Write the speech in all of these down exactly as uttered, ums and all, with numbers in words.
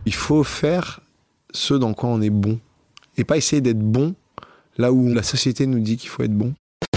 Il faut faire ce dans quoi on est bon. Et pas essayer d'être bon là où la société nous dit qu'il faut être bon.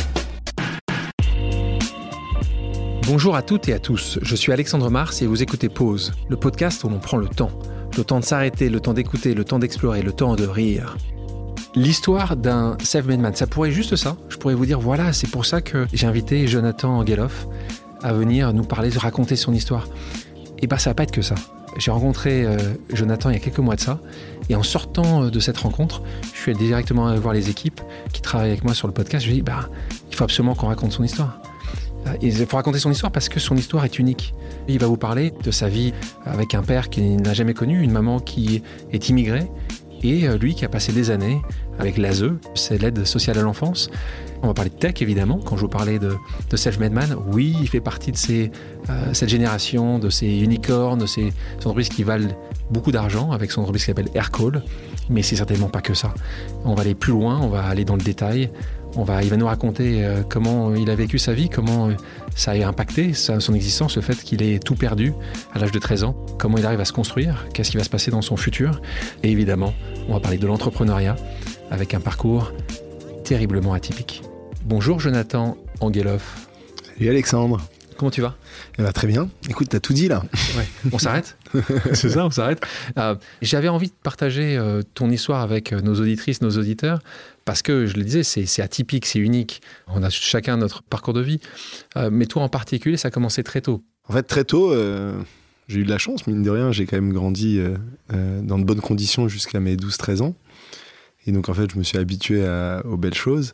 Bonjour à toutes et à tous, je suis Alexandre Mars et vous écoutez Pause, le podcast où l'on prend le temps. Le temps de s'arrêter, le temps d'écouter, le temps d'explorer, le temps de rire. L'histoire d'un self-made man, ça pourrait être juste ça. Je pourrais vous dire, voilà, c'est pour ça que j'ai invité Jonathan Angelov à venir nous parler, raconter son histoire. Et bien, ça va pas être que ça. J'ai rencontré euh, Jonathan il y a quelques mois de ça, et en sortant de cette rencontre, je suis allé directement voir les équipes qui travaillent avec moi sur le podcast. Je lui ai dit, bah, il faut absolument qu'on raconte son histoire. Il faut raconter son histoire parce que son histoire est unique. Il va vous parler de sa vie avec un père qu'il n'a jamais connu, une maman qui est immigrée, et lui qui a passé des années avec l'A S E, c'est l'aide sociale à l'enfance. On va parler de tech évidemment, quand je vous parlais de, de Self-Made Man. Oui, il fait partie de ces, euh, cette génération, de ces unicornes, de ces entreprises qui valent beaucoup d'argent, avec son entreprise qui s'appelle Aircall, mais c'est certainement pas que ça. On va aller plus loin, on va aller dans le détail. On va, il va nous raconter euh, comment il a vécu sa vie, comment euh, ça a impacté sa, son existence, le fait qu'il ait tout perdu à l'âge de treize ans, comment il arrive à se construire, qu'est-ce qui va se passer dans son futur. Et évidemment, on va parler de l'entrepreneuriat avec un parcours terriblement atypique. Bonjour Jonathan Angelov. Salut Alexandre. Comment tu vas ? Eh ben, très bien. Écoute, t'as tout dit là. Ouais. On s'arrête ? C'est ça, on s'arrête. Euh, j'avais envie de partager euh, ton histoire avec nos auditrices, nos auditeurs, parce que, je le disais, c'est, c'est atypique, c'est unique. On a chacun notre parcours de vie. Euh, mais toi en particulier, ça a commencé très tôt. En fait, très tôt, euh, j'ai eu de la chance, mine de rien. J'ai quand même grandi euh, euh, dans de bonnes conditions jusqu'à mes douze treize ans. Et donc, en fait, je me suis habitué à, aux belles choses.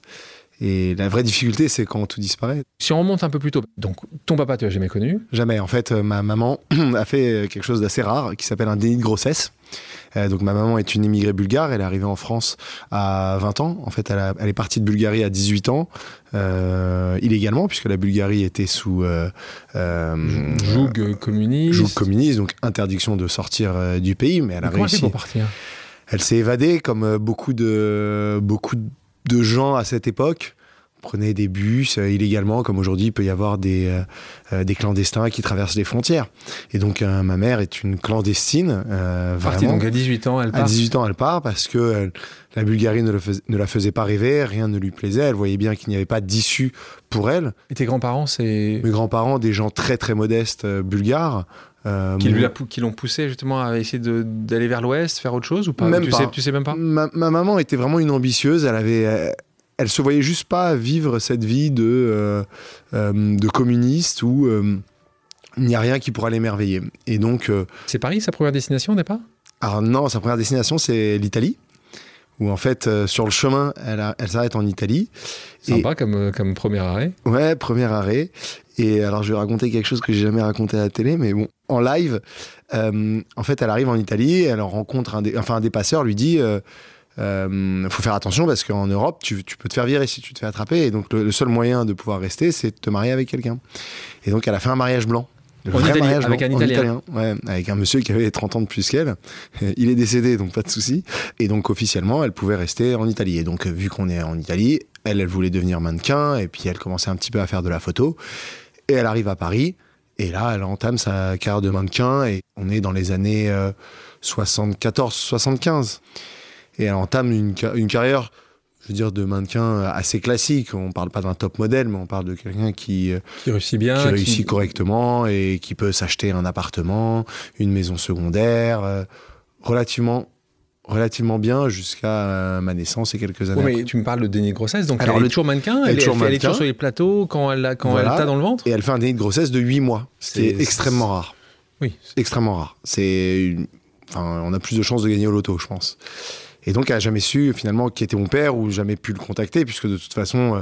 Et la vraie difficulté, c'est quand tout disparaît. Si on remonte un peu plus tôt, donc ton papa, tu l'as jamais connu ? Jamais. En fait, ma maman a fait quelque chose d'assez rare qui s'appelle un déni de grossesse. Euh, donc ma maman est une immigrée bulgare. Elle est arrivée en France à vingt ans. En fait, elle, a, elle est partie de Bulgarie à dix-huit ans, euh, illégalement, puisque la Bulgarie était sous euh, euh, joug communiste. Joug communiste, donc interdiction de sortir euh, du pays. Mais elle a mais réussi. Comment elle fait pour partir ? Elle s'est évadée, comme beaucoup de beaucoup de de gens à cette époque. On prenait des bus euh, illégalement, comme aujourd'hui il peut y avoir des, euh, des clandestins qui traversent les frontières. Et donc euh, ma mère est une clandestine. Euh, Partie, donc à dix-huit ans, elle part. À dix-huit ans, elle part parce que euh, la Bulgarie ne, le fais, ne la faisait pas rêver, rien ne lui plaisait. Elle voyait bien qu'il n'y avait pas d'issue pour elle. Et tes grands-parents, c'est... Mes grands-parents, des gens très très modestes euh, bulgares. Euh, qui, lui a, qui l'ont poussé justement à essayer de, d'aller vers l'ouest, faire autre chose ou pas ? Même tu pas. Sais, tu sais même pas ? ma, ma maman était vraiment une ambitieuse. Elle avait, elle, elle se voyait juste pas vivre cette vie de euh, euh, de communiste où euh, il n'y a rien qui pourra l'émerveiller. Et donc euh, c'est Paris sa première destination au départ ? Alors non, sa première destination c'est l'Italie. Où en fait, euh, sur le chemin, elle, a, elle s'arrête en Italie. Sympa et... comme, comme premier arrêt. Ouais, premier arrêt. Et alors, je vais raconter quelque chose que j'ai jamais raconté à la télé, mais bon, en live, euh, en fait, elle arrive en Italie, elle rencontre un, dé... enfin, un dépasseur, lui dit euh, euh, faut faire attention parce qu'en Europe, tu, tu peux te faire virer si tu te fais attraper. Et donc, le, le seul moyen de pouvoir rester, c'est de te marier avec quelqu'un. Et donc, elle a fait un mariage blanc. Le en vrai Italie, mariage avec blanc, un Italien. italien. Ouais, avec un monsieur qui avait trente ans de plus qu'elle. Il est décédé, donc pas de souci. Et donc, officiellement, elle pouvait rester en Italie. Et donc, vu qu'on est en Italie, elle, elle voulait devenir mannequin. Et puis, elle commençait un petit peu à faire de la photo. Et elle arrive à Paris. Et là, elle entame sa carrière de mannequin. Et on est dans les années euh, soixante-quatorze soixante-quinze. Et elle entame une, une carrière... je veux dire, de mannequin assez classique. On ne parle pas d'un top modèle, mais on parle de quelqu'un qui, qui réussit bien, qui réussit qui... correctement et qui peut s'acheter un appartement, une maison secondaire, euh, relativement, relativement bien jusqu'à euh, ma naissance et quelques années. Oui, mais après. tu me parles de déni de grossesse, donc alors, elle est toujours mannequin, elle, elle, toujours elle, mannequin. elle est toujours sur les plateaux quand elle a, quand voilà. elle t'a dans le ventre. Et elle fait un déni de grossesse de huit mois, ce qui est, est extrêmement rare. Oui. C'est extrêmement rare. C'est une... enfin, on a plus de chances de gagner au loto, je pense. Et donc, elle n'a jamais su, finalement, qui était mon père ou jamais pu le contacter, puisque de toute façon,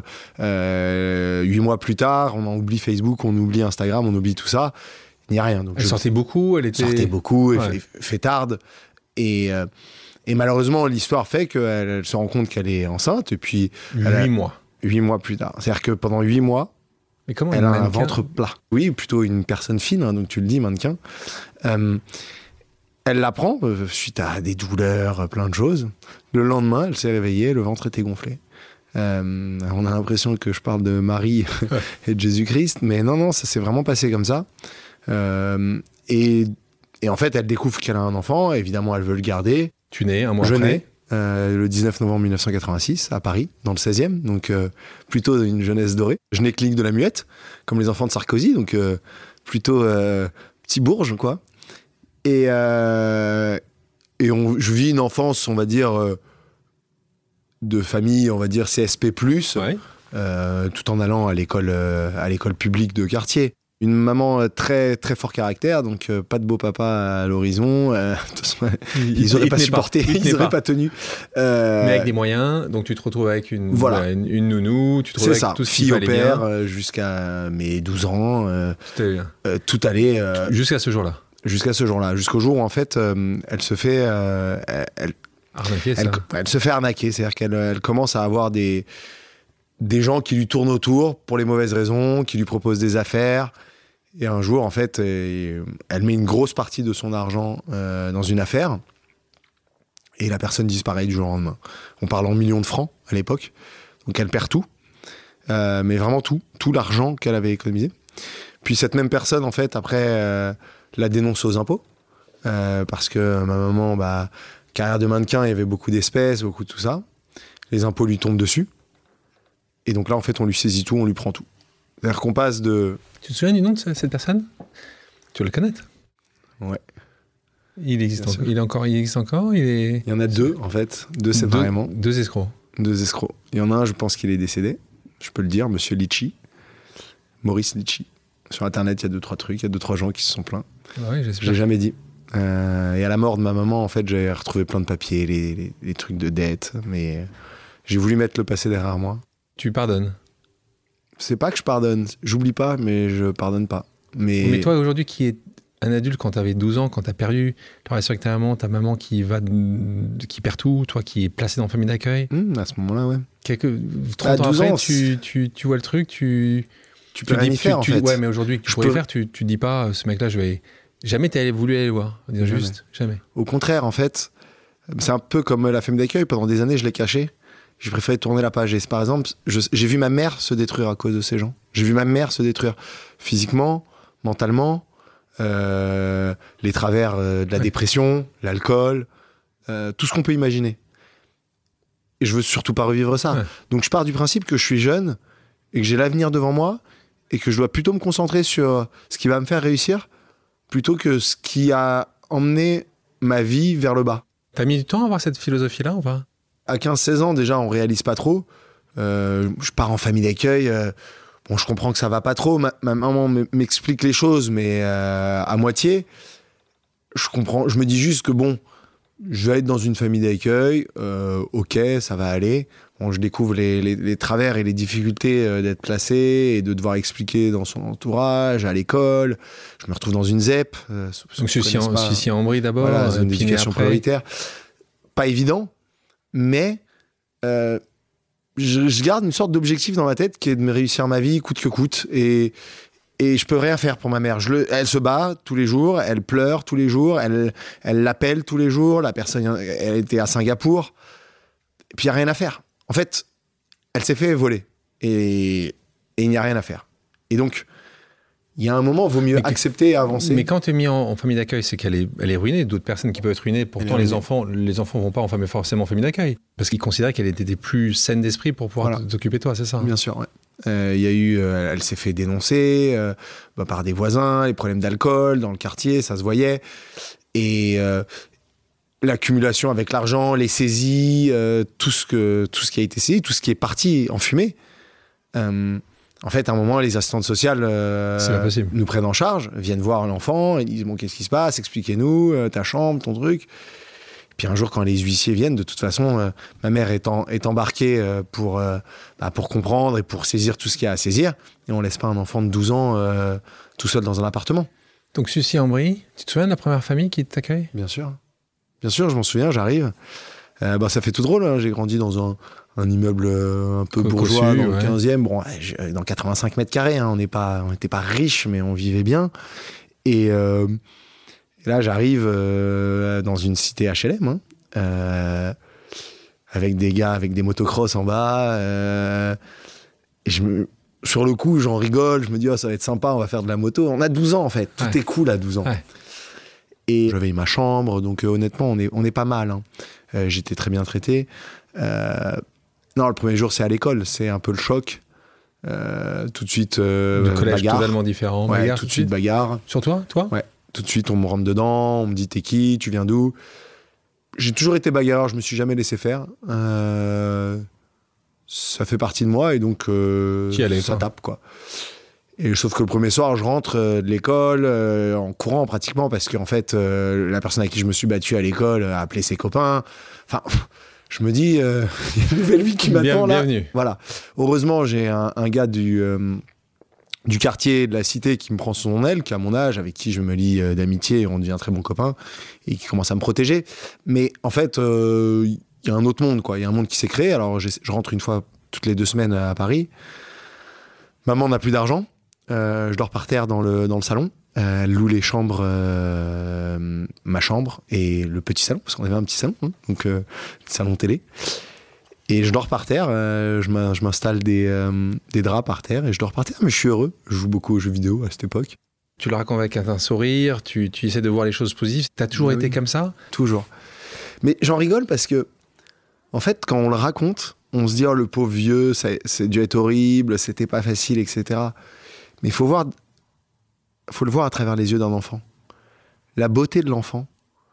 euh, huit mois plus tard, on en oublie Facebook, on oublie Instagram, on oublie tout ça. Il n'y a rien. Donc elle je... sortait beaucoup, elle était... sortait beaucoup, ouais. fêtarde. Et, euh, et malheureusement, l'histoire fait qu'elle elle se rend compte qu'elle est enceinte. Et puis, huit elle a... mois. Huit mois plus tard. C'est-à-dire que pendant huit mois, mais comment elle a mannequin... un ventre plat. Oui, plutôt une personne fine, hein, donc tu le dis, mannequin. Euh, Elle l'apprend euh, suite à des douleurs, plein de choses. Le lendemain, elle s'est réveillée, le ventre était gonflé. Euh, on a l'impression que je parle de Marie et de Jésus-Christ, mais non, non, ça s'est vraiment passé comme ça. Euh, et, et en fait, elle découvre qu'elle a un enfant. Évidemment, elle veut le garder. Tu nais un mois Je après. nais euh, le dix-neuf novembre mille neuf cent quatre-vingt-six à Paris, dans le seizième. Donc, euh, plutôt une jeunesse dorée. Je nais clinique de la Muette, comme les enfants de Sarkozy. Donc, euh, plutôt euh, petit bourge, quoi. Et, euh, et on, je vis une enfance, on va dire, euh, de famille, on va dire C S P plus, Ouais. euh, tout en allant à l'école, euh, à l'école publique de quartier. Une maman très, très fort caractère, donc euh, pas de beau papa à l'horizon. Euh, de toute façon, Il- ils n'auraient il pas tenait supporté, il ils tenait n'auraient pas. pas tenu. Euh, Mais avec des moyens, donc tu te retrouves avec une, Voilà. voilà, une, une nounou, tu te retrouves c'est avec ça, tout ce qu'il fille au fallait père bien. euh, jusqu'à mes douze ans, euh, Tout allait bien. euh, tout allait euh, Jusqu'à ce jour-là. jusqu'à ce jour-là, jusqu'au jour où en fait euh, elle se fait, euh, elle, Arnaqué, ça. elle, elle se fait arnaquer, c'est-à-dire qu'elle elle commence à avoir des, des gens qui lui tournent autour pour les mauvaises raisons, qui lui proposent des affaires. Et un jour, en fait, euh, elle met une grosse partie de son argent euh, dans une affaire. Et la personne disparaît du jour au lendemain. On parle en millions de francs à l'époque. Donc elle perd tout. Euh, mais vraiment tout. Tout l'argent qu'elle avait économisé. Puis cette même personne, en fait, après, euh, la dénonce aux impôts. Euh, parce que ma maman, bah, carrière de mannequin, il y avait beaucoup d'espèces, beaucoup de tout ça. Les impôts lui tombent dessus. Et donc là, en fait, on lui saisit tout, on lui prend tout. C'est-à-dire qu'on passe de... Tu te souviens du nom de ce- cette personne? Tu veux le connaître? Ouais. Il existe, Bien encore, sûr. il, est encore, il existe encore il est... Il y en a deux, en fait. Deux séparément. Deux, deux escrocs. Deux escrocs. Il y en a un, je pense qu'il est décédé. Je peux le dire, monsieur Litchi. Maurice Litchi. Sur Internet, il y a deux, trois trucs. Il y a deux, trois gens qui se sont plaints. Ouais, Je j'espère. l'ai jamais dit. Euh, et à la mort de ma maman, en fait, j'ai retrouvé plein de papiers, les, les, les trucs de dette. Mais euh, j'ai voulu mettre le passé derrière moi. Tu pardonnes. C'est pas que je pardonne. J'oublie pas, mais je pardonne pas. Mais, Mais toi, aujourd'hui, qui est un adulte, quand tu avais douze ans, quand tu as perdu ta relation avec ta maman, ta maman qui, va, qui perd tout, toi qui est placé dans une famille d'accueil, Hum, à ce moment-là, ouais. quelques, trente À ans douze après, ans, tu, tu, tu vois le truc, tu... Tu peux rien dis- y faire, tu, en tu- fait. Ouais, mais aujourd'hui, que tu Je pourrais peux- faire, tu, tu dis pas, euh, ce mec-là, je vais... Jamais t'as voulu aller le voir. Dire Jamais. juste, jamais. Au contraire, en fait, c'est un peu comme la famille d'accueil. Pendant des années, je l'ai caché. J'ai préféré tourner la page. Et c'est, par exemple, je- j'ai vu ma mère se détruire à cause de ces gens. J'ai vu ma mère se détruire physiquement, mentalement, euh, les travers euh, de la Ouais. dépression, l'alcool, euh, tout ce qu'on peut imaginer. Et je veux surtout pas revivre ça. Ouais. Donc je pars du principe que je suis jeune et que j'ai l'avenir devant moi et que je dois plutôt me concentrer sur ce qui va me faire réussir plutôt que ce qui a emmené ma vie vers le bas. T'as mis du temps à avoir cette philosophie-là ou pas? À quinze seize ans, déjà, on réalise pas trop. Euh, je pars en famille d'accueil. euh, bon, je comprends que ça va pas trop. Ma, ma maman m- m'explique les choses, mais euh, à moitié. Je comprends. Je me dis juste que bon, je vais être dans une famille d'accueil. euh, ok, ça va aller. Bon, je découvre les, les- les travers et les difficultés euh, d'être placé et de devoir expliquer dans son entourage, à l'école. Je me retrouve dans une Z E P. euh, ceux Donc qui ceci en, connaissent pas. ceci en brie d'abord, Voilà, euh, zone Pinet d'éducation après. prioritaire. Pas évident, mais euh, je, je garde une sorte d'objectif dans ma tête qui est de me réussir ma vie coûte que coûte. Et, et je peux rien faire pour ma mère. Je le, elle se bat tous les jours, elle pleure tous les jours, elle elle l'appelle tous les jours. La personne, elle était à Singapour. Et puis il n'y a rien à faire. En fait, elle s'est fait voler. Et, et il n'y a rien à faire. Et donc, il y a un moment, il vaut mieux Mais que- accepter et avancer. Mais quand tu es mis en, en famille d'accueil, c'est qu'elle est, elle est ruinée. D'autres personnes qui peuvent être ruinées. Pourtant, Elle est les ruinée. enfants, les enfants vont pas en famille, forcément en famille d'accueil. Parce qu'ils considéraient qu'elle était plus saine d'esprit pour pouvoir Voilà. t'occuper de toi, c'est ça? Bien sûr, ouais. Euh, Il y a eu, euh, elle s'est fait dénoncer euh, bah, par des voisins, les problèmes d'alcool dans le quartier, ça se voyait. Et euh, l'accumulation avec l'argent, les saisies, euh, tout ce que tout ce qui a été saisi, tout ce qui est parti en fumée. Euh, en fait, à un moment, les assistantes sociales euh, C'est pas possible. nous prennent en charge, viennent voir l'enfant, ils disent bon, qu'est-ce qui se passe, expliquez-nous euh, ta chambre, ton truc. Puis un jour, quand les huissiers viennent, de toute façon, euh, ma mère est, en, est embarquée euh, pour, euh, bah, pour comprendre et pour saisir tout ce qu'il y a à saisir. Et on laisse pas un enfant de douze ans euh, tout seul dans un appartement. Donc, Sucy en brie, tu te souviens de la première famille qui t'accueille? Bien sûr. Bien sûr, je m'en souviens, j'arrive. Euh, bah, ça fait tout drôle, hein. J'ai grandi dans un, un immeuble euh, un peu Co- bourgeois cossu, dans le ouais. quinzième. Bon, ouais, j'ai- dans quatre-vingt-cinq mètres carrés, hein. On n'est pas, on n'était pas riches, mais on vivait bien. Et, euh, et là, j'arrive euh, dans une cité H L M, hein. Euh, avec des gars avec des motocross en bas. euh, et je me, sur le coup, j'en rigole. Je me dis, oh, ça va être sympa, on va faire de la moto. On a douze ans, en fait. Tout Ouais. est cool à douze ans. Ouais. Et j'avais eu ma chambre, donc euh, honnêtement, on est, on est pas mal. Hein. Euh, j'étais très bien traité. Euh, non, le premier jour, c'est à l'école, c'est un peu le choc. Euh, tout de suite, euh, de collège bagarre. Totalement différent. Ouais, bagarre, tout de suite, bagarre. Sur toi, toi Ouais, tout de suite, on me rentre dedans, on me dit t'es qui, tu viens d'où. J'ai toujours été bagarreur, je me suis jamais laissé faire. Euh, ça fait partie de moi et donc euh, Qui allait, ça quoi. tape, quoi. Et sauf que le premier soir, je rentre euh, de l'école euh, en courant pratiquement parce qu'en fait, euh, la personne à qui je me suis battu à l'école a appelé ses copains. Enfin, je me dis, euh, il y a une nouvelle vie qui m'attend Bien, là. Bienvenue. Voilà. Heureusement, j'ai un, un gars du, euh, du quartier, de la cité qui me prend sous son aile, qui a mon âge, avec qui je me lie euh, d'amitié et on devient très bons copains et qui commence à me protéger. Mais en fait, il euh, y a un autre monde, quoi. Il y a un monde qui s'est créé. Alors, je rentre une fois toutes les deux semaines à Paris. Maman n'a plus d'argent. Euh, je dors par terre dans le, dans le salon. Euh, elle loue les chambres, euh, ma chambre et le petit salon, parce qu'on avait un petit salon, hein, donc euh, salon télé. Et je dors par terre, euh, je m'installe des, euh, des draps par terre et je dors par terre, mais je suis heureux. Je joue beaucoup aux jeux vidéo à cette époque. Tu le racontes avec un sourire, tu, tu essaies de voir les choses positives. T'as toujours Oui, été oui. comme ça ? Toujours. Mais j'en rigole parce que, en fait, quand on le raconte, on se dit, oh, le pauvre vieux, ça, c'est dû être horrible, c'était pas facile, et cetera. Mais il faut voir, faut le voir à travers les yeux d'un enfant. La beauté de l'enfant,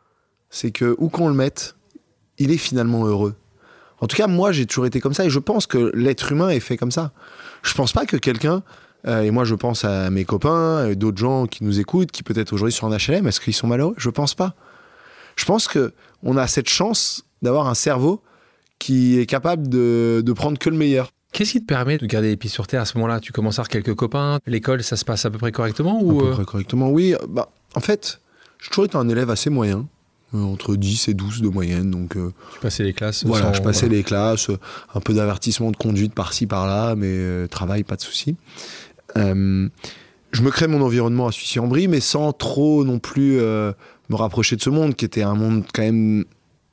c'est que où qu'on le mette, il est finalement heureux. En tout cas, moi, j'ai toujours été comme ça et je pense que l'être humain est fait comme ça. Je pense pas que quelqu'un, euh, et moi je pense à mes copains, et d'autres gens qui nous écoutent, qui peut-être aujourd'hui sont en H L M, est-ce qu'ils sont malheureux ? Je pense pas. Je pense qu'on a cette chance d'avoir un cerveau qui est capable de, de prendre que le meilleur. Qu'est-ce qui te permet de garder les pieds sur terre à ce moment-là ? Tu commences à avoir quelques copains, l'école, ça se passe à peu près correctement ou À peu euh... près correctement, oui. Bah, en fait, j'ai toujours été un élève assez moyen, euh, entre dix et douze de moyenne. Donc, euh, Tu passais les classes voilà, sans... je passais voilà. les classes, euh, un peu d'avertissement de conduite par-ci, par-là, mais euh, travail, pas de souci. Euh, je me crée mon environnement à Sucy-en-Brie, mais sans trop non plus euh, me rapprocher de ce monde, qui était un monde quand même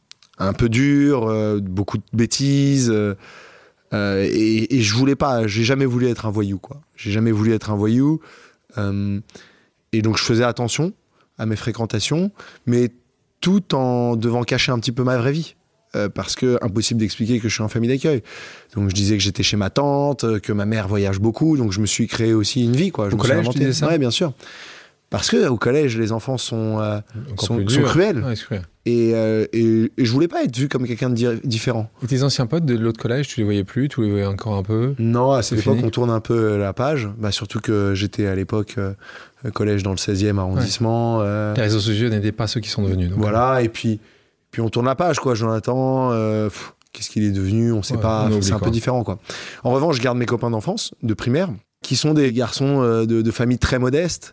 un peu dur, euh, beaucoup de bêtises... Euh, Euh, et, et je voulais pas, j'ai jamais voulu être un voyou, quoi. J'ai jamais voulu être un voyou. Euh, et donc je faisais attention à mes fréquentations, mais tout en devant cacher un petit peu ma vraie vie. Euh, parce que impossible d'expliquer que je suis en famille d'accueil. Donc je disais que j'étais chez ma tante, que ma mère voyage beaucoup, donc je me suis créé aussi une vie, quoi. Je Au me collège, suis inventé. tu disais ça ? Ouais, bien sûr. Parce que au collège, les enfants sont, euh, Encore sont, plus sont dur. cruels. Ouais, c'est cruel. Et, euh, et, et je voulais pas être vu comme quelqu'un de di- différent. Et tes anciens potes de l'autre collège, tu les voyais plus ? Tu les voyais encore un peu ? Non, à cette C'est époque, fini. on tourne un peu la page. Bah, surtout que j'étais à l'époque euh, collège dans le seizième arrondissement. Euh, Les réseaux sociaux n'étaient pas ceux qui sont devenus. Donc, voilà, et puis, puis on tourne la page, quoi. Jonathan, euh, pff, qu'est-ce qu'il est devenu ? On sait Ouais, pas. on oublie, C'est un quoi. peu différent, quoi. En revanche, je garde mes copains d'enfance, de primaire, qui sont des garçons euh, de, de famille très modestes.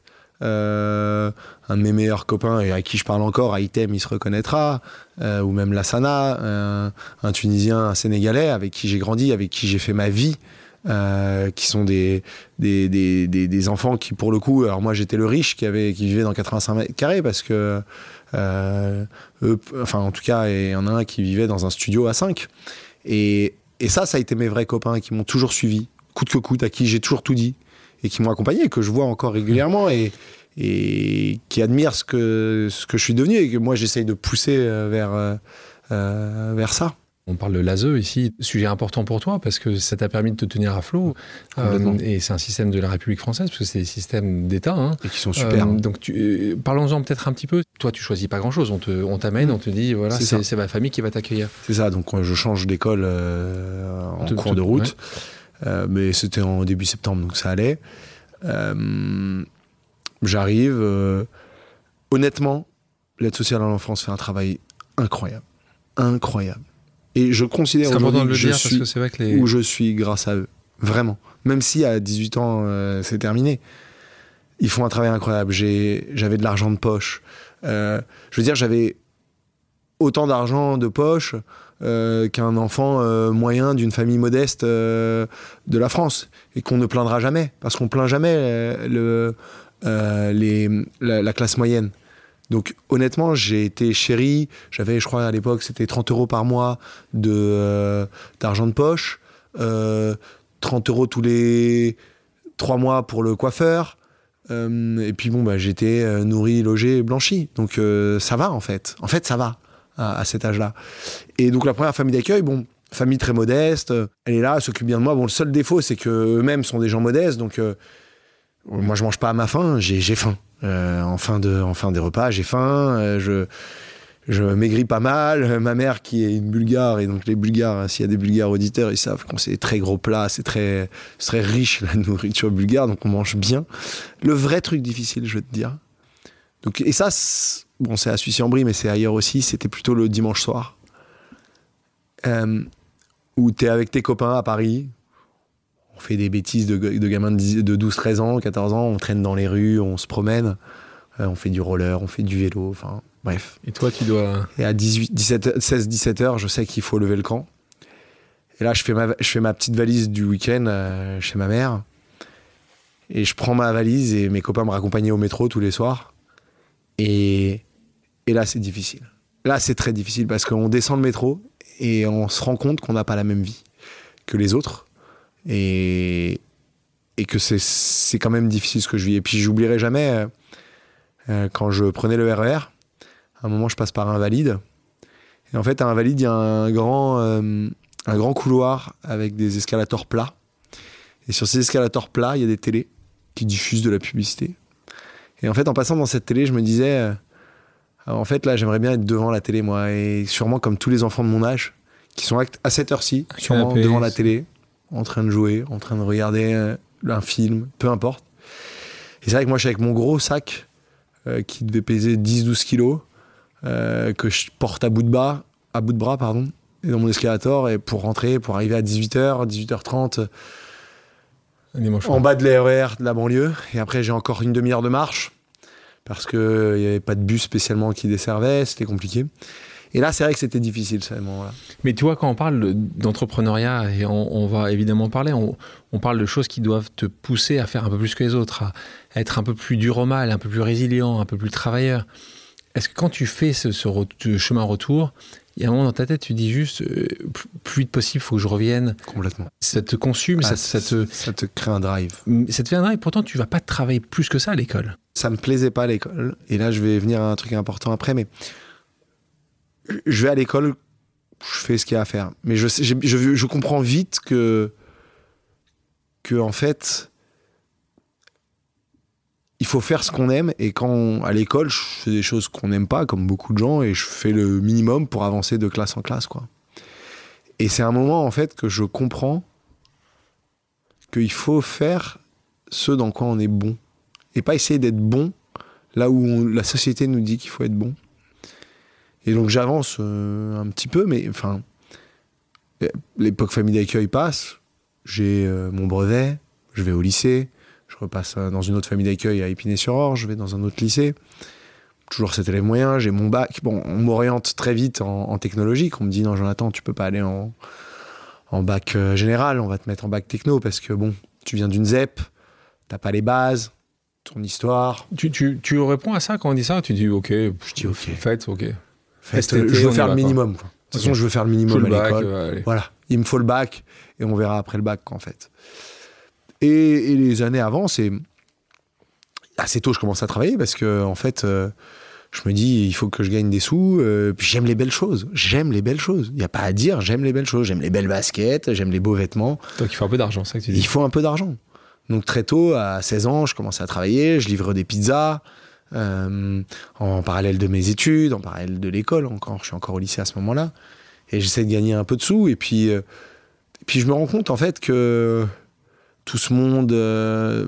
Euh, un de mes meilleurs copains et à qui je parle encore, Haïtem, il se reconnaîtra, euh, ou même Lassana, euh, un Tunisien, un Sénégalais avec qui j'ai grandi, avec qui j'ai fait ma vie, euh, qui sont des, des, des, des, des enfants qui, pour le coup, alors moi j'étais le riche qui, avait, qui vivait dans quatre-vingt-cinq mètres carrés parce que, euh, eux, enfin en tout cas, il y en a un qui vivait dans un studio à cinq. Et, et ça, ça a été mes vrais copains qui m'ont toujours suivi, coûte que coûte, à qui j'ai toujours tout dit. Et qui m'ont accompagné, que je vois encore régulièrement et, et qui admirent ce que, ce que je suis devenu et que moi j'essaye de pousser vers, euh, vers ça. On parle de l'A S E ici, sujet important pour toi parce que ça t'a permis de te tenir à flot. Complètement. Euh, et c'est un système de la République française parce que c'est des systèmes d'État. Hein. Et qui sont super. Euh, donc tu, euh, parlons-en peut-être un petit peu. Toi, tu choisis pas grand-chose. On, te, on t'amène, on te dit voilà, C'est c'est, ça. c'est ma famille qui va t'accueillir. C'est ça, donc je change d'école euh, en Tout- cours tout- de route. ouais. Euh, mais c'était en début septembre, donc ça allait. Euh, j'arrive. Euh, honnêtement, l'aide sociale à l'enfance fait un travail incroyable. Incroyable. Et je considère C'est important aujourd'hui de le que je dire suis parce que c'est vrai que les... où je suis grâce à eux. Vraiment. Même si à dix-huit ans, euh, c'est terminé. Ils font un travail incroyable. J'ai, j'avais de l'argent de poche. Euh, je veux dire, j'avais autant d'argent de poche euh, qu'un enfant euh, moyen d'une famille modeste euh, de la France. Et qu'on ne plaindra jamais. Parce qu'on plaint jamais euh, le, euh, les, la, la classe moyenne. Donc honnêtement, j'ai été chéri. J'avais, je crois à l'époque, c'était trente euros par mois de, euh, d'argent de poche. Euh, trente euros tous les trois mois pour le coiffeur. Euh, et puis bon, bah, j'étais euh, nourri, logé, blanchi. Donc euh, ça va en fait. En fait, ça va à, à cet âge-là. Et donc la première famille d'accueil, bon, famille très modeste, euh, elle est là, elle s'occupe bien de moi. Bon, le seul défaut, c'est qu'eux-mêmes sont des gens modestes. Donc euh, moi, je mange pas à ma faim, j'ai, j'ai faim. Euh, en, fin de, en fin des repas, j'ai faim. Euh, je, je maigris pas mal. Ma mère, qui est une Bulgare, et donc les Bulgares, hein, s'il y a des Bulgares auditeurs, ils savent qu'on c'est des très gros plats, c'est très, c'est très riche la nourriture bulgare, donc on mange bien. Le vrai truc difficile, je veux te dire. Donc, et ça, c'est, bon, c'est à Sucy-en-Brie, mais c'est ailleurs aussi, c'était plutôt le dimanche soir, euh, où t'es avec tes copains à Paris. On fait des bêtises de, de gamins de douze treize ans, quatorze ans, on traîne dans les rues, on se promène, euh, on fait du roller, on fait du vélo, enfin bref. Et toi, tu dois... Et à dix-huit, dix-sept, seize dix-sept heures, je sais qu'il faut lever le camp. Et là, je fais ma, je fais ma petite valise du week-end euh, chez ma mère. Et je prends ma valise et mes copains me raccompagnaient au métro tous les soirs. Et, et là, c'est difficile. Là, c'est très difficile parce qu'on descend le métro et on se rend compte qu'on n'a pas la même vie que les autres. Et, et que c'est, c'est quand même difficile ce que je vis. Et puis j'oublierai jamais, euh, quand je prenais le R E R, à un moment je passe par Invalides. Et en fait à Invalides, il y a un grand, euh, un grand couloir avec des escalators plats. Et sur ces escalators plats, il y a des télés qui diffusent de la publicité. Et en fait, en passant dans cette télé, je me disais, euh, en fait là, j'aimerais bien être devant la télé, moi. Et sûrement comme tous les enfants de mon âge, qui sont à cette heure-ci, sûrement Canapé, devant la télé, en train de jouer, en train de regarder euh, un film, peu importe. Et c'est vrai que moi, je suis avec mon gros sac euh, qui devait peser dix douze kilos, euh, que je porte à bout de bras, à bout de bras, pardon, et dans mon escalator, et pour rentrer, pour arriver à dix-huit heures, dix-huit heures trente, en bas de l'R E R de la banlieue. Et après, j'ai encore une demi-heure de marche, parce qu'il n'y avait pas de bus spécialement qui desservait, c'était compliqué. Et là, c'est vrai que c'était difficile, ce moment-là. Mais tu vois, quand on parle d'entrepreneuriat, et on, on va évidemment parler, on, on parle de choses qui doivent te pousser à faire un peu plus que les autres, à, à être un peu plus dur au mal, un peu plus résilient, un peu plus travailleur. Est-ce que quand tu fais ce, ce, re, ce chemin retour, il y a un moment dans ta tête, tu dis juste, euh, plus vite possible, il faut que je revienne. Complètement. Ça te consume, ah, ça, ça, te, ça te crée un drive. Ça te fait un drive, pourtant tu ne vas pas travailler plus que ça à l'école. Ça ne me plaisait pas à l'école. Et là, je vais venir à un truc important après, mais... Je vais à l'école, je fais ce qu'il y a à faire. Mais je, je, je, je comprends vite que, que, en fait, il faut faire ce qu'on aime. Et quand, on, à l'école, je fais des choses qu'on n'aime pas, comme beaucoup de gens, et je fais le minimum pour avancer de classe en classe, quoi. Et c'est un moment, en fait, que je comprends qu'il faut faire ce dans quoi on est bon. Et pas essayer d'être bon là où on, la société nous dit qu'il faut être bon. Et donc j'avance euh, un petit peu, mais enfin, l'époque famille d'accueil passe, j'ai euh, mon brevet, je vais au lycée, je repasse dans une autre famille d'accueil à Épinay-sur-Orge, je vais dans un autre lycée, toujours cet élève moyen, j'ai mon bac. Bon, on m'oriente très vite en, en technologique, on me dit non Jonathan, tu peux pas aller en, en bac euh, général, on va te mettre en bac techno, parce que bon, tu viens d'une Z E P, t'as pas les bases, ton histoire. Tu, tu, tu réponds à ça quand on dit ça, tu dis ok, je dis ok, faites, ok. Faites, été, je veux faire le minimum. Quoi. De toute façon, okay. je veux faire le minimum le à bac, l'école. Euh, voilà, il me faut le bac et on verra après le bac, en fait. Et, et les années avant, c'est assez tôt, je commence à travailler parce que, en fait, euh, je me dis, il faut que je gagne des sous. Euh, puis j'aime les belles choses. J'aime les belles choses. Il n'y a pas à dire, j'aime les belles choses. J'aime les belles baskets, j'aime les beaux vêtements. Donc il faut un peu d'argent, c'est ça que tu dis. Il faut un peu d'argent. Donc très tôt, à seize ans, je commençais à travailler, je livre des pizzas. Euh, en parallèle de mes études, en parallèle de l'école encore, je suis encore au lycée à ce moment-là, et j'essaie de gagner un peu de sous, et puis, euh, et puis je me rends compte en fait que tout ce monde, euh,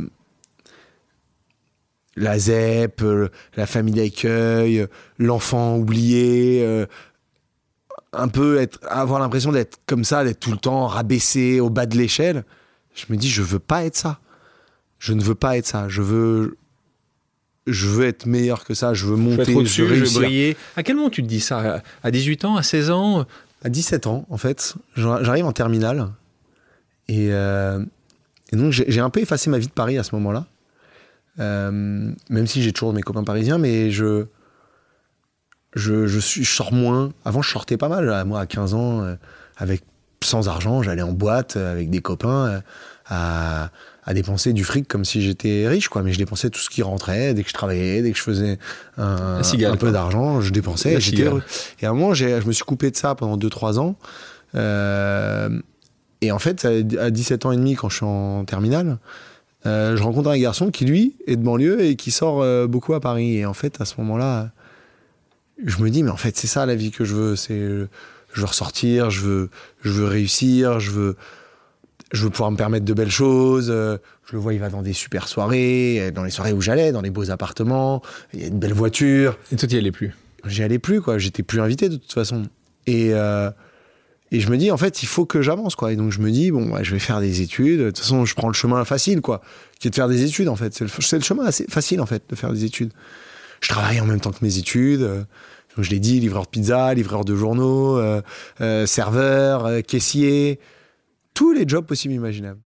la Z E P, euh, la famille d'accueil, l'enfant oublié, euh, un peu être, avoir l'impression d'être comme ça, d'être tout le temps rabaissé au bas de l'échelle, je me dis je veux pas être ça, je ne veux pas être ça, je veux Je veux être meilleur que ça, je veux monter, je veux, au-dessus, je veux réussir. Je veux briller. À quel moment tu te dis ça ? À dix-huit ans, à seize ans ? À dix-sept ans, en fait. J'arrive en terminale. Et, euh, et donc, j'ai, j'ai un peu effacé ma vie de Paris à ce moment-là. Euh, même si j'ai toujours mes copains parisiens, mais je, je, je, suis, je sors moins. Avant, je sortais pas mal. Moi, à quinze ans, euh, avec, sans argent, j'allais en boîte avec des copains euh, à, à dépenser du fric comme si j'étais riche, quoi. Mais je dépensais tout ce qui rentrait, dès que je travaillais, dès que je faisais un, cigale, un peu d'argent, je dépensais. La J'étais cigale. heureux. Et à un moment, j'ai, je me suis coupé de ça pendant deux trois ans. Euh, et en fait, à dix-sept ans et demi, quand je suis en terminale, euh, je rencontre un garçon qui, lui, est de banlieue et qui sort euh, beaucoup à Paris. Et en fait, à ce moment-là, je me dis, mais en fait, c'est ça la vie que je veux. C'est, je veux ressortir, je veux, je veux réussir, je veux, je veux pouvoir me permettre de belles choses. Je le vois, il va dans des super soirées, dans les soirées où j'allais, dans les beaux appartements. Il y a une belle voiture. Et toi, tu n'y allais plus? J'y allais plus, quoi. J'étais plus invité de toute façon. Et, euh, et je me dis, en fait, il faut que j'avance, quoi. Et donc, je me dis, bon, ouais, je vais faire des études. De toute façon, je prends le chemin facile, quoi, qui est de faire des études, en fait. C'est le, c'est le chemin assez facile, en fait, de faire des études. Je travaille en même temps que mes études. Donc, je l'ai dit, livreur de pizza, livreur de journaux, euh, euh, serveur, euh, caissier, tous les jobs possibles et imaginables.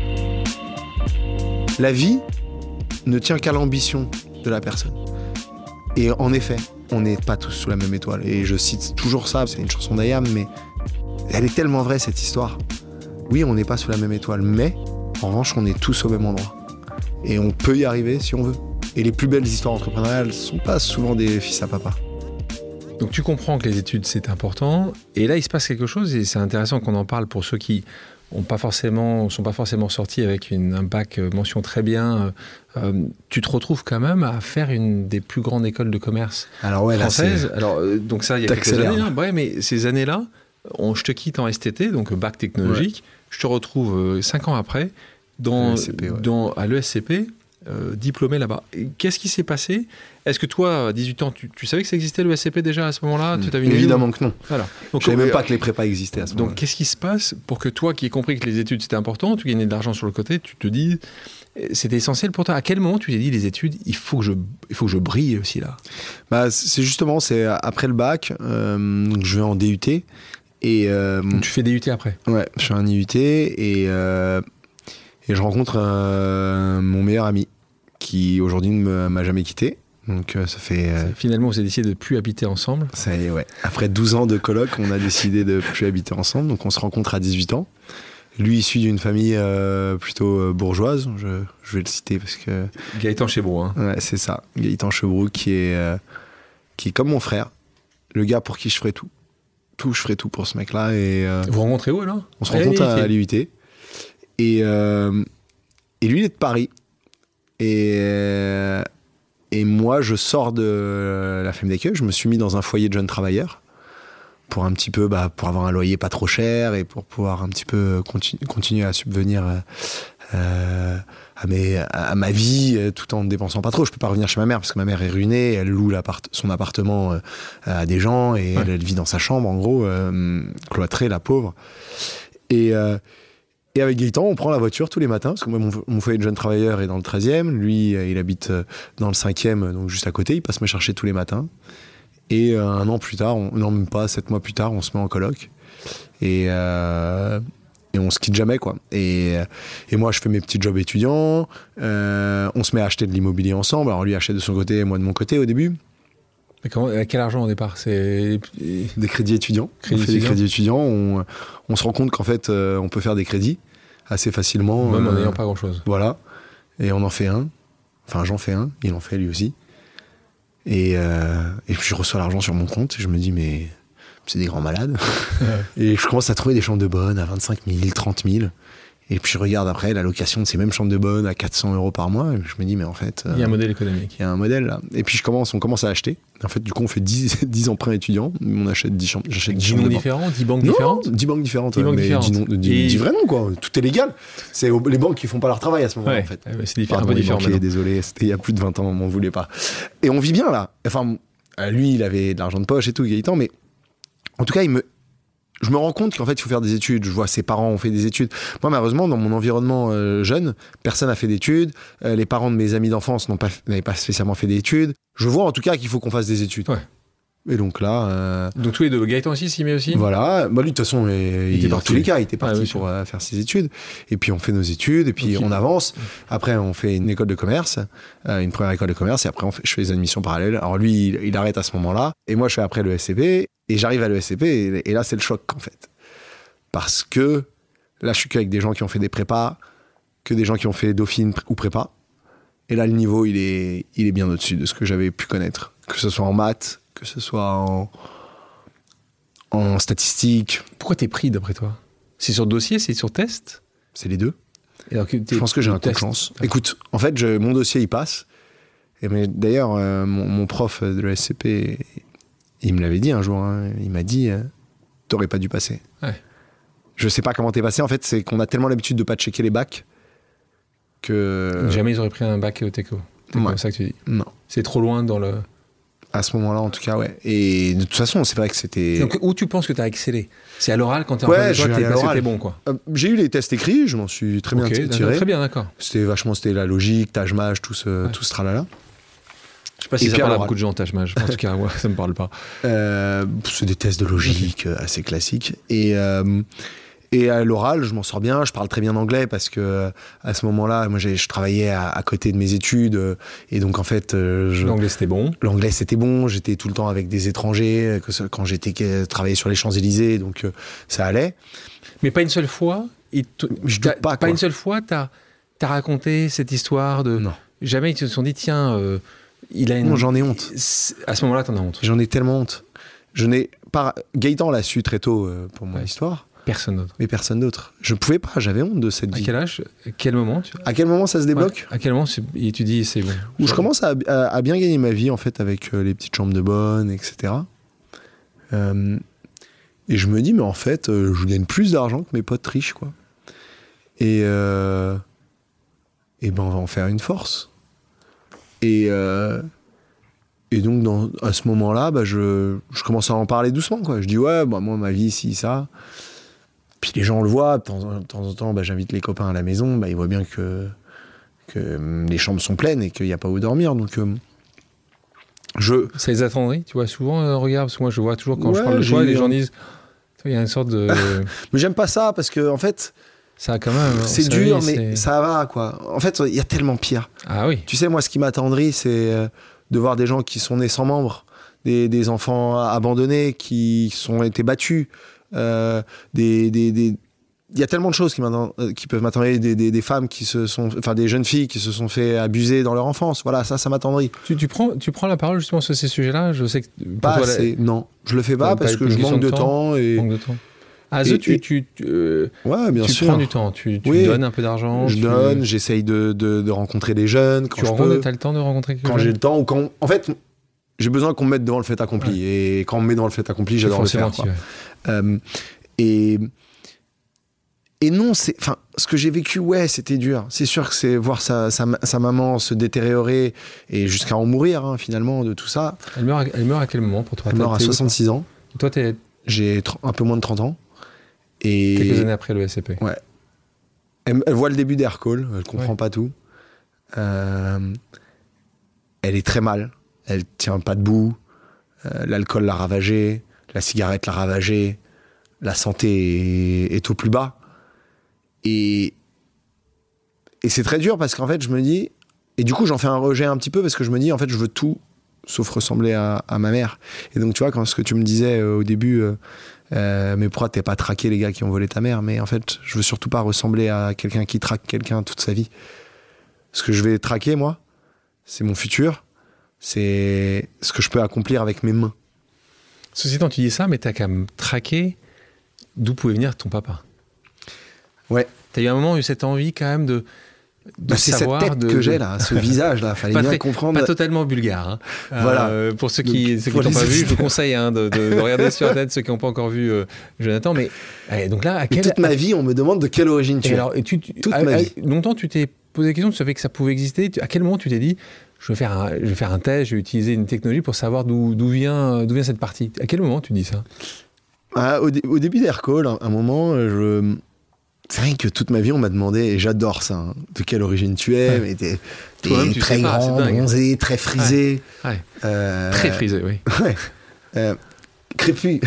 La vie ne tient qu'à l'ambition de la personne. Et en effet, on n'est pas tous sous la même étoile. Et je cite toujours ça, c'est une chanson d'Ayam, mais elle est tellement vraie, cette histoire. Oui, on n'est pas sous la même étoile, mais en revanche, on est tous au même endroit. Et on peut y arriver si on veut. Et les plus belles histoires entrepreneuriales ne sont pas souvent des fils à papa. Donc tu comprends que les études, c'est important. Et là, il se passe quelque chose, et c'est intéressant qu'on en parle pour ceux qui ne pas forcément, sont pas forcément sortis avec une, un bac mention très bien. Euh, tu te retrouves quand même à faire une des plus grandes écoles de commerce Alors ouais, françaises. Là, c'est... Alors, euh, donc ça, il y a quelques années. Hein. Ouais, mais ces années-là, on, je te quitte en S T T, donc bac technologique. Ouais. Je te retrouve euh, cinq ans après dans, l'E S C P, ouais. dans, à l'E S C P. Euh, diplômé là-bas. Et qu'est-ce qui s'est passé? Est-ce que toi, à dix-huit ans, tu, tu savais que ça existait l'E S C P déjà à ce moment-là? mmh. Évidemment vie, que non. Voilà. Donc, je ne savais même pas que les prépas existaient à ce moment-là. Donc qu'est-ce qui se passe pour que toi, qui ai compris que les études c'était important, tu gagnais de l'argent sur le côté, tu te dis, c'était essentiel pour toi? À quel moment tu t'es dit, les études, il faut que je, il faut que je brille aussi là? Bah, c'est justement, c'est après le bac, euh, donc je vais en D U T. Et, euh, donc tu fais D U T après? Ouais, je fais un I U T et... Euh, Et je rencontre euh, mon meilleur ami qui aujourd'hui ne m'a jamais quitté. Donc euh, ça fait. Euh, Finalement, vous avez décidé de ne plus habiter ensemble. Ça y est, ouais. Après douze ans de coloc, on a décidé de ne plus habiter ensemble. Donc on se rencontre à dix-huit ans. Lui, issu d'une famille euh, plutôt bourgeoise, je, je vais le citer parce que. Gaëtan Chebroux, hein. Ouais, c'est ça. Gaëtan Chebroux qui est, euh, qui est comme mon frère, le gars pour qui je ferais tout. Tout, je ferais tout pour ce mec-là. Et, euh, vous rencontrez où alors? On se rencontre à, à l'I U T. Et, euh, et lui, il est de Paris. Et, euh, et moi, je sors de la Femme d'accueil. Je me suis mis dans un foyer de jeunes travailleurs pour un petit peu, bah, pour avoir un loyer pas trop cher et pour pouvoir un petit peu continu, continuer à subvenir euh, à, mes, à ma vie tout en ne dépensant pas trop. Je peux pas revenir chez ma mère parce que ma mère est ruinée. Elle loue l'appart- son appartement à des gens et ouais. elle, elle vit dans sa chambre, en gros, euh, cloîtrée, la pauvre. Et... Euh, Et avec Gaëtan, on prend la voiture tous les matins, parce que moi, mon, mon foyer de jeune travailleur est dans le treizième, lui, il habite dans le cinquième, donc juste à côté, il passe me chercher tous les matins. Et euh, un an plus tard, on, non même pas, sept mois plus tard, on se met en coloc. Et, euh, et on se quitte jamais, quoi. Et, et moi, je fais mes petits jobs étudiants, euh, on se met à acheter de l'immobilier ensemble, alors lui achète de son côté, moi de mon côté au début. Mais comment, à quel argent au départ? C'est des crédits étudiants. Crédits on fait étudiants. des crédits étudiants. On, on se rend compte qu'en fait, euh, on peut faire des crédits assez facilement. Même euh, en n'ayant pas grand-chose. Voilà. Et on en fait un. Enfin, j'en fais un. Il en fait lui aussi. Et, euh, et puis je reçois l'argent sur mon compte. Et je me dis, mais c'est des grands malades. Et je commence à trouver des chambres de bonne à vingt-cinq mille, trente mille. Et puis je regarde après la location de ces mêmes chambres de bonne à quatre cents euros par mois. Et je me dis, mais en fait. Euh, il y a un modèle économique. Il y a un modèle là. Et puis je commence, on commence à acheter. En fait, du coup, on fait dix, dix emprunts étudiants. On achète dix chambres. J'achète dix noms différents, dix banques différentes. Non, dix banques différentes. dix banques mais différentes. dix, noms, dix, et... dix vrais noms, quoi. Tout est légal. C'est les banques qui font pas leur travail à ce moment-là, ouais, en fait. C'est différent. Pardon, un peu différent. Banquiers, désolé, c'était il y a plus de vingt ans, on m'en voulait pas. Et on vit bien là. Enfin, lui, il avait de l'argent de poche et tout, Gaëtan, mais en tout cas, il me. Je me rends compte qu'en fait, il faut faire des études. Je vois ses parents ont fait des études. Moi, malheureusement, dans mon environnement euh, jeune, personne n'a fait d'études. Euh, les parents de mes amis d'enfance n'ont pas, n'avaient pas spécialement fait d'études. Je vois en tout cas qu'il faut qu'on fasse des études. Ouais. Et donc là... Euh, donc tous les deux, Gaëtan aussi s'y met aussi. Voilà. Bah, lui, de toute façon, il, il, dans tous les cas, il était parti ah, pour euh, faire ses études. Et puis, on fait nos études. Et puis, okay. on avance. Après, on fait une école de commerce. Euh, une première école de commerce. Et après, on fait, je fais des admissions parallèles. Alors lui, il, il arrête à ce moment-là. Et moi, je fais après l'E S C P. Et j'arrive à l'E S C P. Et, et là, c'est le choc, en fait. Parce que là, je suis qu'avec des gens qui ont fait des prépas. que des gens qui ont fait Dauphine ou prépa. Et là, le niveau, il est, il est bien au-dessus de ce que j'avais pu connaître. Que ce soit en maths, que ce soit en, en statistique. Pourquoi t'es pris, d'après toi? C'est sur dossier, c'est sur test? C'est les deux. Et alors que je pense que j'ai un coup de chance. Écoute, en fait, je, mon dossier, il passe. Et mais d'ailleurs, euh, mon, mon prof de l'E S C P, il me l'avait dit un jour. Hein, il m'a dit, euh, t'aurais pas dû passer. Ouais. Je sais pas comment t'es passé. En fait, c'est qu'on a tellement l'habitude de pas checker les bacs que... Jamais ils auraient pris un bac Teco. C'est ouais. comme ça que tu dis. Non. C'est trop loin dans le... À ce moment-là, en tout cas, ouais. Et de toute façon, c'est vrai que c'était... Donc, où tu penses que tu as excellé? C'est à l'oral, quand tu es en ouais, face de toi, je t'es, à parce l'oral. que t'es bon, quoi. Euh, j'ai eu les tests écrits, je m'en suis très okay, bien tiré. Très bien, d'accord. C'était vachement, c'était la logique, tâche-mage, tout ce, ouais. tout ce tralala. Je sais pas si et ça parle à beaucoup de gens, tâche-mage. En tout cas, ouais, ça me parle pas. Euh, c'est des tests de logique okay. assez classiques. Et... Euh, Et à l'oral, je m'en sors bien, je parle très bien anglais parce que à ce moment-là, moi j'ai, je travaillais à, à côté de mes études et donc en fait... Je, l'anglais c'était bon L'anglais c'était bon, j'étais tout le temps avec des étrangers, que ce, quand j'étais travaillé sur les Champs-Élysées, donc euh, ça allait. Mais pas une seule fois, il te, je doute pas, pas une seule fois, t'as, t'as raconté cette histoire de... Non. Jamais ils se sont dit, tiens, euh, il a une... Non, j'en ai honte. À ce moment-là, t'en as honte. J'en ai tellement honte. Je n'ai pas... Gaëtan l'a su très tôt euh, pour mon ouais. histoire. Personne d'autre. Mais personne d'autre. Je ne pouvais pas, j'avais honte de cette vie. À quel âge? À quel moment tu... À quel moment ça se débloque? ouais. À quel moment tu dis c'est bon? Où je commence à, à, à bien gagner ma vie en fait avec euh, les petites chambres de bonne, et cetera. Euh, et je me dis mais en fait euh, je gagne plus d'argent que mes potes riches quoi. Et euh, et ben on va en faire une force. Et euh, Et donc, dans, à ce moment-là, bah, je, je commence à en parler doucement, quoi. Je dis, ouais, bah, moi, ma vie, si, ça. Puis les gens le voient. De temps, de temps en temps, bah, j'invite les copains à la maison. Bah, ils voient bien que, que les chambres sont pleines et qu'il n'y a pas où dormir. Donc, euh, je... Ça les attendrit, tu vois, souvent, euh, regarde, parce que moi, je vois toujours quand ouais, je parle de toi, les gens disent, il y a une sorte de... mais j'aime pas ça, parce que, en fait... Ça a quand même... C'est dur, vie, mais c'est... ça va, quoi. En fait, il y a tellement pire. Ah oui. Tu sais, moi, ce qui m'attendrit, c'est... Euh, de voir des gens qui sont nés sans membres, des, des enfants abandonnés qui ont été battus, euh, des, des, des... il y a tellement de choses qui, qui peuvent m'attendrir, des, des, des femmes qui se sont, enfin des jeunes filles qui se sont fait abuser dans leur enfance. Voilà, ça, ça m'attendrit. Tu, tu prends, tu prends la parole justement sur ces sujets-là. Je sais que pas toi, assez. La... Non, je le fais pas parce que je manque de temps, temps et. Manque de temps. Ah, et, tu, tu, tu, euh, ouais, bien tu sûr. prends du temps, tu, tu oui, donnes un peu d'argent. Je tu... donne, j'essaye de, de, de rencontrer des jeunes. Quand tu je rencontres, peux, t'as le temps de rencontrer quelqu'un. Quand j'ai le temps ou quand, en fait, j'ai besoin qu'on me mette devant le fait accompli. Ouais. Et quand on me met devant le fait accompli, j'adore le faire. Quoi. Ouais. Euh, et et non, c'est, enfin, ce que j'ai vécu, ouais, c'était dur. C'est sûr que c'est voir sa, sa, sa maman se détériorer et jusqu'à en mourir hein, finalement de tout ça. Elle meurt, à, elle meurt à quel moment pour toi? Elle meurt à soixante-six ans. Toi, t'es... J'ai un peu moins de trente ans. Et quelques années après le S C P. Ouais. Elle, elle voit le début d'Aircall, elle comprend ouais. pas tout. Euh, elle est très mal, elle tient pas debout. Euh, l'alcool l'a ravagée, la cigarette l'a ravagée, la santé est, est au plus bas. Et, et c'est très dur parce qu'en fait, je me dis... Et du coup, j'en fais un rejet un petit peu parce que je me dis, en fait, je veux tout sauf ressembler à, à ma mère. Et donc, tu vois, quand ce que tu me disais euh, au début... Euh, Euh, mais pourquoi t'es pas traqué les gars qui ont volé ta mère? Mais en fait, je veux surtout pas ressembler à quelqu'un qui traque quelqu'un toute sa vie. Ce que je vais traquer, moi, c'est mon futur, c'est ce que je peux accomplir avec mes mains. Ceci étant, tu dis ça, mais t'as quand même traqué d'où pouvait venir ton papa. Ouais. T'as eu un moment eu cette envie quand même de... Bah c'est cette tête de... que j'ai là, ce visage là, fallait pas bien très, comprendre. Pas totalement bulgare. Hein. Voilà. Euh, pour ceux qui ne l'ont pas vu, je vous conseille hein, de, de, de regarder sur Internet ceux qui n'ont pas encore vu euh, Jonathan. Mais allez, donc là, à quel... toute ma vie, on me demande de quelle origine tu es. Alors, et tu, tu, toute à, ma à, vie. Longtemps, tu t'es posé la question, tu savais que ça pouvait exister. À quel moment tu t'es dit, je vais faire un, je vais faire un test, je vais utiliser une technologie pour savoir d'où, d'où vient, d'où vient cette partie. À quel moment tu dis ça? ah, au, dé, au début d'Aircall, à un moment, je c'est vrai que toute ma vie, on m'a demandé, et j'adore ça, hein, de quelle origine tu es, ouais. mais t'es, t'es très grand, pas, bronzé, très frisé. Ouais. Ouais. Euh, très frisé, oui. Ouais. Euh, crépus.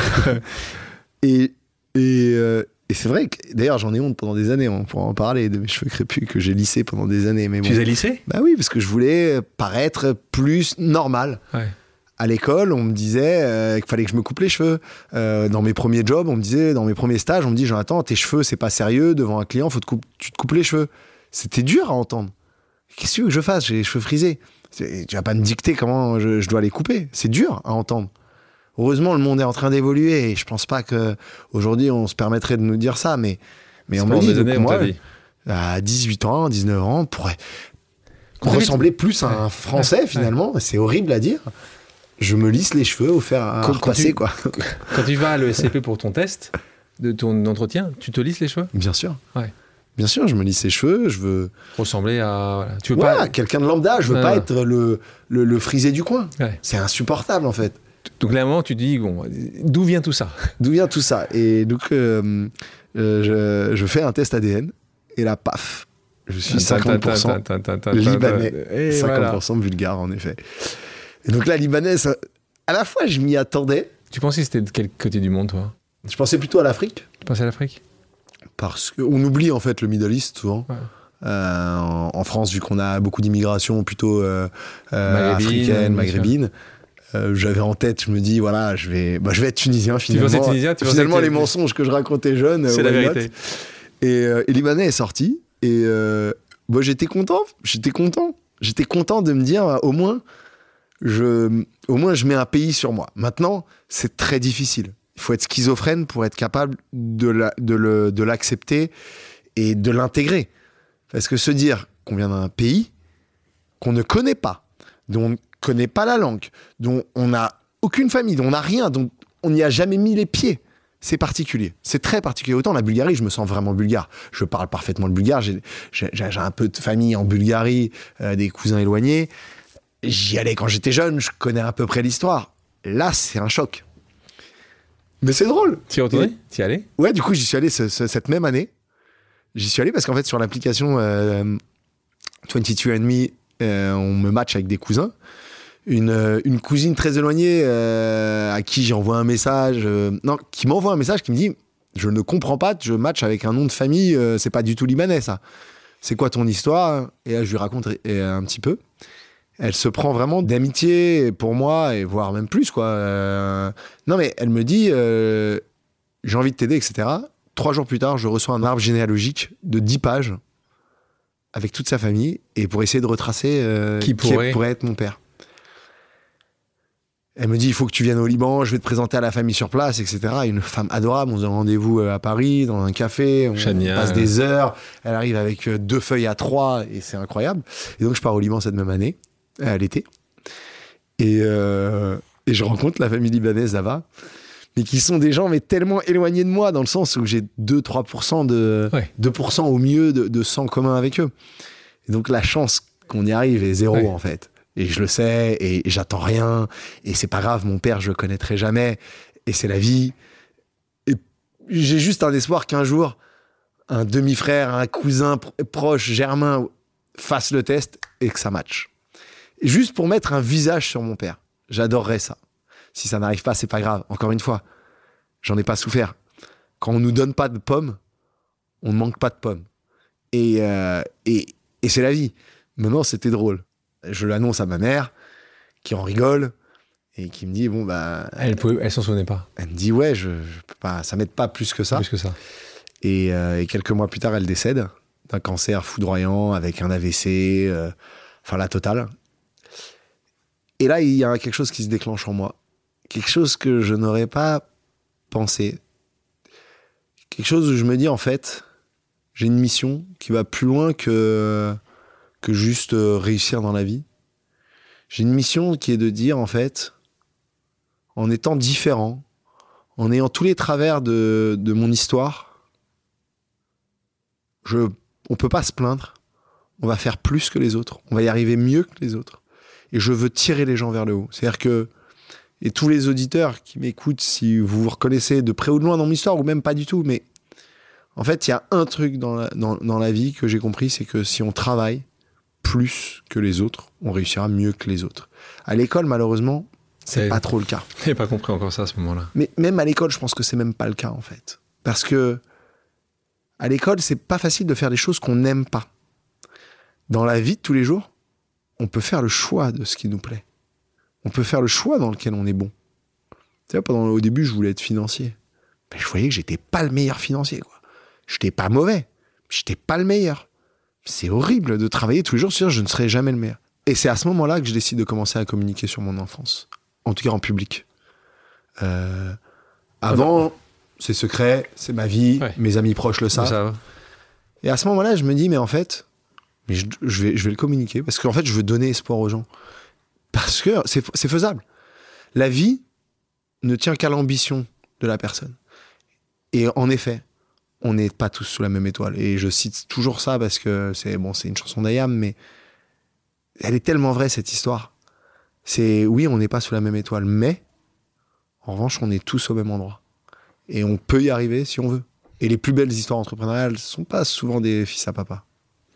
et, et, euh, et c'est vrai que, d'ailleurs, j'en ai honte pendant des années, on pourra en parler, de mes cheveux crépus que j'ai lissés pendant des années. Mais bon. Tu les as lissés? Bah oui, parce que je voulais paraître plus normal. Ouais. À l'école, on me disait euh, qu'il fallait que je me coupe les cheveux. Euh, dans mes premiers jobs, on me disait, dans mes premiers stages, on me dit, Jonathan, tes cheveux, c'est pas sérieux. Devant un client, faut te coupe, tu te coupes les cheveux. C'était dur à entendre. Qu'est-ce que tu veux que je fasse? J'ai les cheveux frisés. C'est, tu vas pas me dicter comment je, je dois les couper. C'est dur à entendre. Heureusement, le monde est en train d'évoluer et je pense pas qu'aujourd'hui on se permettrait de nous dire ça, mais, mais on me dit, donc moi, à dix-huit ans, dix-neuf ans, on pourrait ressembler plus à un Français ouais. finalement. Ouais. C'est horrible à dire. Je me lisse les cheveux au fer à quand, repasser, quand tu, quoi. Quand tu vas à l'E S C P pour ton test, de ton entretien, tu te lisses les cheveux? Bien sûr. Ouais. Bien sûr, je me lisse les cheveux, je veux... Ressembler à... Voilà. Tu veux ouais, pas... quelqu'un de lambda, je veux ah, pas être le, le, le frisé du coin. Ouais. C'est insupportable, en fait. Donc là, à un moment, tu te dis, bon, d'où vient tout ça? D'où vient tout ça? Et donc, euh, euh, je, je fais un test A D N, et là, paf, je suis cinquante pour cent libanais, et cinquante pour cent voilà. bulgare, en effet. Et donc là, libanais, ça, à la fois, je m'y attendais. Tu pensais que c'était de quel côté du monde, toi? Je pensais plutôt à l'Afrique. Tu pensais à l'Afrique? Parce qu'on oublie en fait le Middle East souvent. Ouais. Euh, en, en France, vu qu'on a beaucoup d'immigration plutôt euh, euh, africaine, maghrébine, euh, j'avais en tête, je me dis, voilà, je vais, bah, je vais être tunisien finalement. Tu tunisien, tu finalement, les mensonges que je racontais jeune, c'est la vérité. Et, euh, et Libanais est sorti. Et euh, bah, j'étais content, j'étais content. J'étais content de me dire, au moins, je, au moins, je mets un pays sur moi. Maintenant, c'est très difficile. Il faut être schizophrène pour être capable de, la, de, le, de l'accepter et de l'intégrer. Parce que se dire qu'on vient d'un pays qu'on ne connaît pas, dont on ne connaît pas la langue, dont on n'a aucune famille, dont on n'a rien, dont on n'y a jamais mis les pieds, c'est particulier. C'est très particulier. Autant la Bulgarie, je me sens vraiment bulgare. Je parle parfaitement le bulgare. J'ai, j'ai, j'ai un peu de famille en Bulgarie, euh, des cousins éloignés. J'y allais quand j'étais jeune, je connais à peu près l'histoire. Là, c'est un choc. Mais c'est drôle. Tu y es retourné? Tu y es allé? Ouais, du coup, j'y suis allé ce, ce, cette même année. J'y suis allé parce qu'en fait, sur l'application euh, vingt-deux and me, euh, on me match avec des cousins. Une, une cousine très éloignée euh, à qui j'envoie un message, euh, non, qui m'envoie un message qui me dit « Je ne comprends pas, je match avec un nom de famille, euh, c'est pas du tout libanais, ça. C'est quoi ton histoire ?» Et là, je lui raconte euh, un petit peu. Elle se prend vraiment d'amitié pour moi, et voire même plus, quoi. Euh, non, mais elle me dit euh, « J'ai envie de t'aider, et cetera » Trois jours plus tard, je reçois un arbre généalogique de dix pages avec toute sa famille, et pour essayer de retracer euh, qui, pourrait... qui pourrait être mon père. Elle me dit, il faut que tu viennes au Liban, je vais te présenter à la famille sur place, et cetera. Une femme adorable, on se donne rendez-vous à Paris, dans un café, on Chania. passe des heures. Elle arrive avec deux feuilles à trois, et c'est incroyable. Et donc, je pars au Liban cette même année, à l'été. Et, euh, et je rencontre la famille libanaise là-bas, mais qui sont des gens mais tellement éloignés de moi, dans le sens où j'ai deux à trois pour cent de, ouais. deux pour cent au mieux de, de sang commun avec eux. Et donc, la chance qu'on y arrive est zéro, ouais. en fait. Et je le sais, et j'attends rien, et c'est pas grave, mon père, je le connaîtrai jamais, et c'est la vie. Et j'ai juste un espoir qu'un jour, un demi-frère, un cousin proche, germain, fasse le test, et que ça matche. Et juste pour mettre un visage sur mon père. J'adorerais ça. Si ça n'arrive pas, c'est pas grave. Encore une fois, j'en ai pas souffert. Quand on nous donne pas de pommes, on ne manque pas de pommes. Et, euh, et, et c'est la vie. Maintenant, c'était drôle. Je l'annonce à ma mère, qui en rigole, et qui me dit, bon, bah... Elle pouvait, elle s'en souvenait pas. Elle me dit, ouais, je, je peux pas, ça m'aide pas plus que ça. Plus que ça. Et, euh, et quelques mois plus tard, elle décède d'un cancer foudroyant, avec un A V C, euh, enfin, la totale. Et là, il y a quelque chose qui se déclenche en moi. Quelque chose que je n'aurais pas pensé. Quelque chose où je me dis, en fait, j'ai une mission qui va plus loin que... que juste euh, réussir dans la vie. J'ai une mission qui est de dire, en fait, en étant différent, en ayant tous les travers de, de mon histoire, je, on peut pas se plaindre, on va faire plus que les autres, on va y arriver mieux que les autres. Et je veux tirer les gens vers le haut. C'est-à-dire que, et tous les auditeurs qui m'écoutent, si vous vous reconnaissez de près ou de loin dans mon histoire, ou même pas du tout, mais en fait, il y a un truc dans la, dans, dans la vie que j'ai compris, c'est que si on travaille plus que les autres, on réussira mieux que les autres. À l'école, malheureusement, c'est, c'est pas trop le cas. J'ai pas compris encore ça à ce moment-là. Mais même à l'école, je pense que c'est même pas le cas, en fait. Parce que à l'école, c'est pas facile de faire des choses qu'on n'aime pas. Dans la vie de tous les jours, on peut faire le choix de ce qui nous plaît. On peut faire le choix dans lequel on est bon. Tu vois, pendant, au début, je voulais être financier. Mais je voyais que j'étais pas le meilleur financier, quoi. J'étais pas mauvais. J'étais pas le meilleur. c'est horrible de travailler tous les jours sur je ne serai jamais le meilleur. Et c'est à ce moment-là que je décide de commencer à communiquer sur mon enfance. En tout cas en public. Euh, avant, c'est secret, c'est ma vie, ouais. Mes amis proches le savent. Ça et à ce moment-là, je me dis, mais en fait, mais je, je, vais, je vais le communiquer parce qu'en fait, je veux donner espoir aux gens. Parce que c'est, c'est faisable. La vie ne tient qu'à l'ambition de la personne. Et en effet, on n'est pas tous sous la même étoile. Et je cite toujours ça parce que c'est, bon, c'est une chanson d'I A M, mais elle est tellement vraie, cette histoire. C'est, oui, on n'est pas sous la même étoile, mais en revanche, on est tous au même endroit. Et on peut y arriver si on veut. Et les plus belles histoires entrepreneuriales ne sont pas souvent des fils à papa.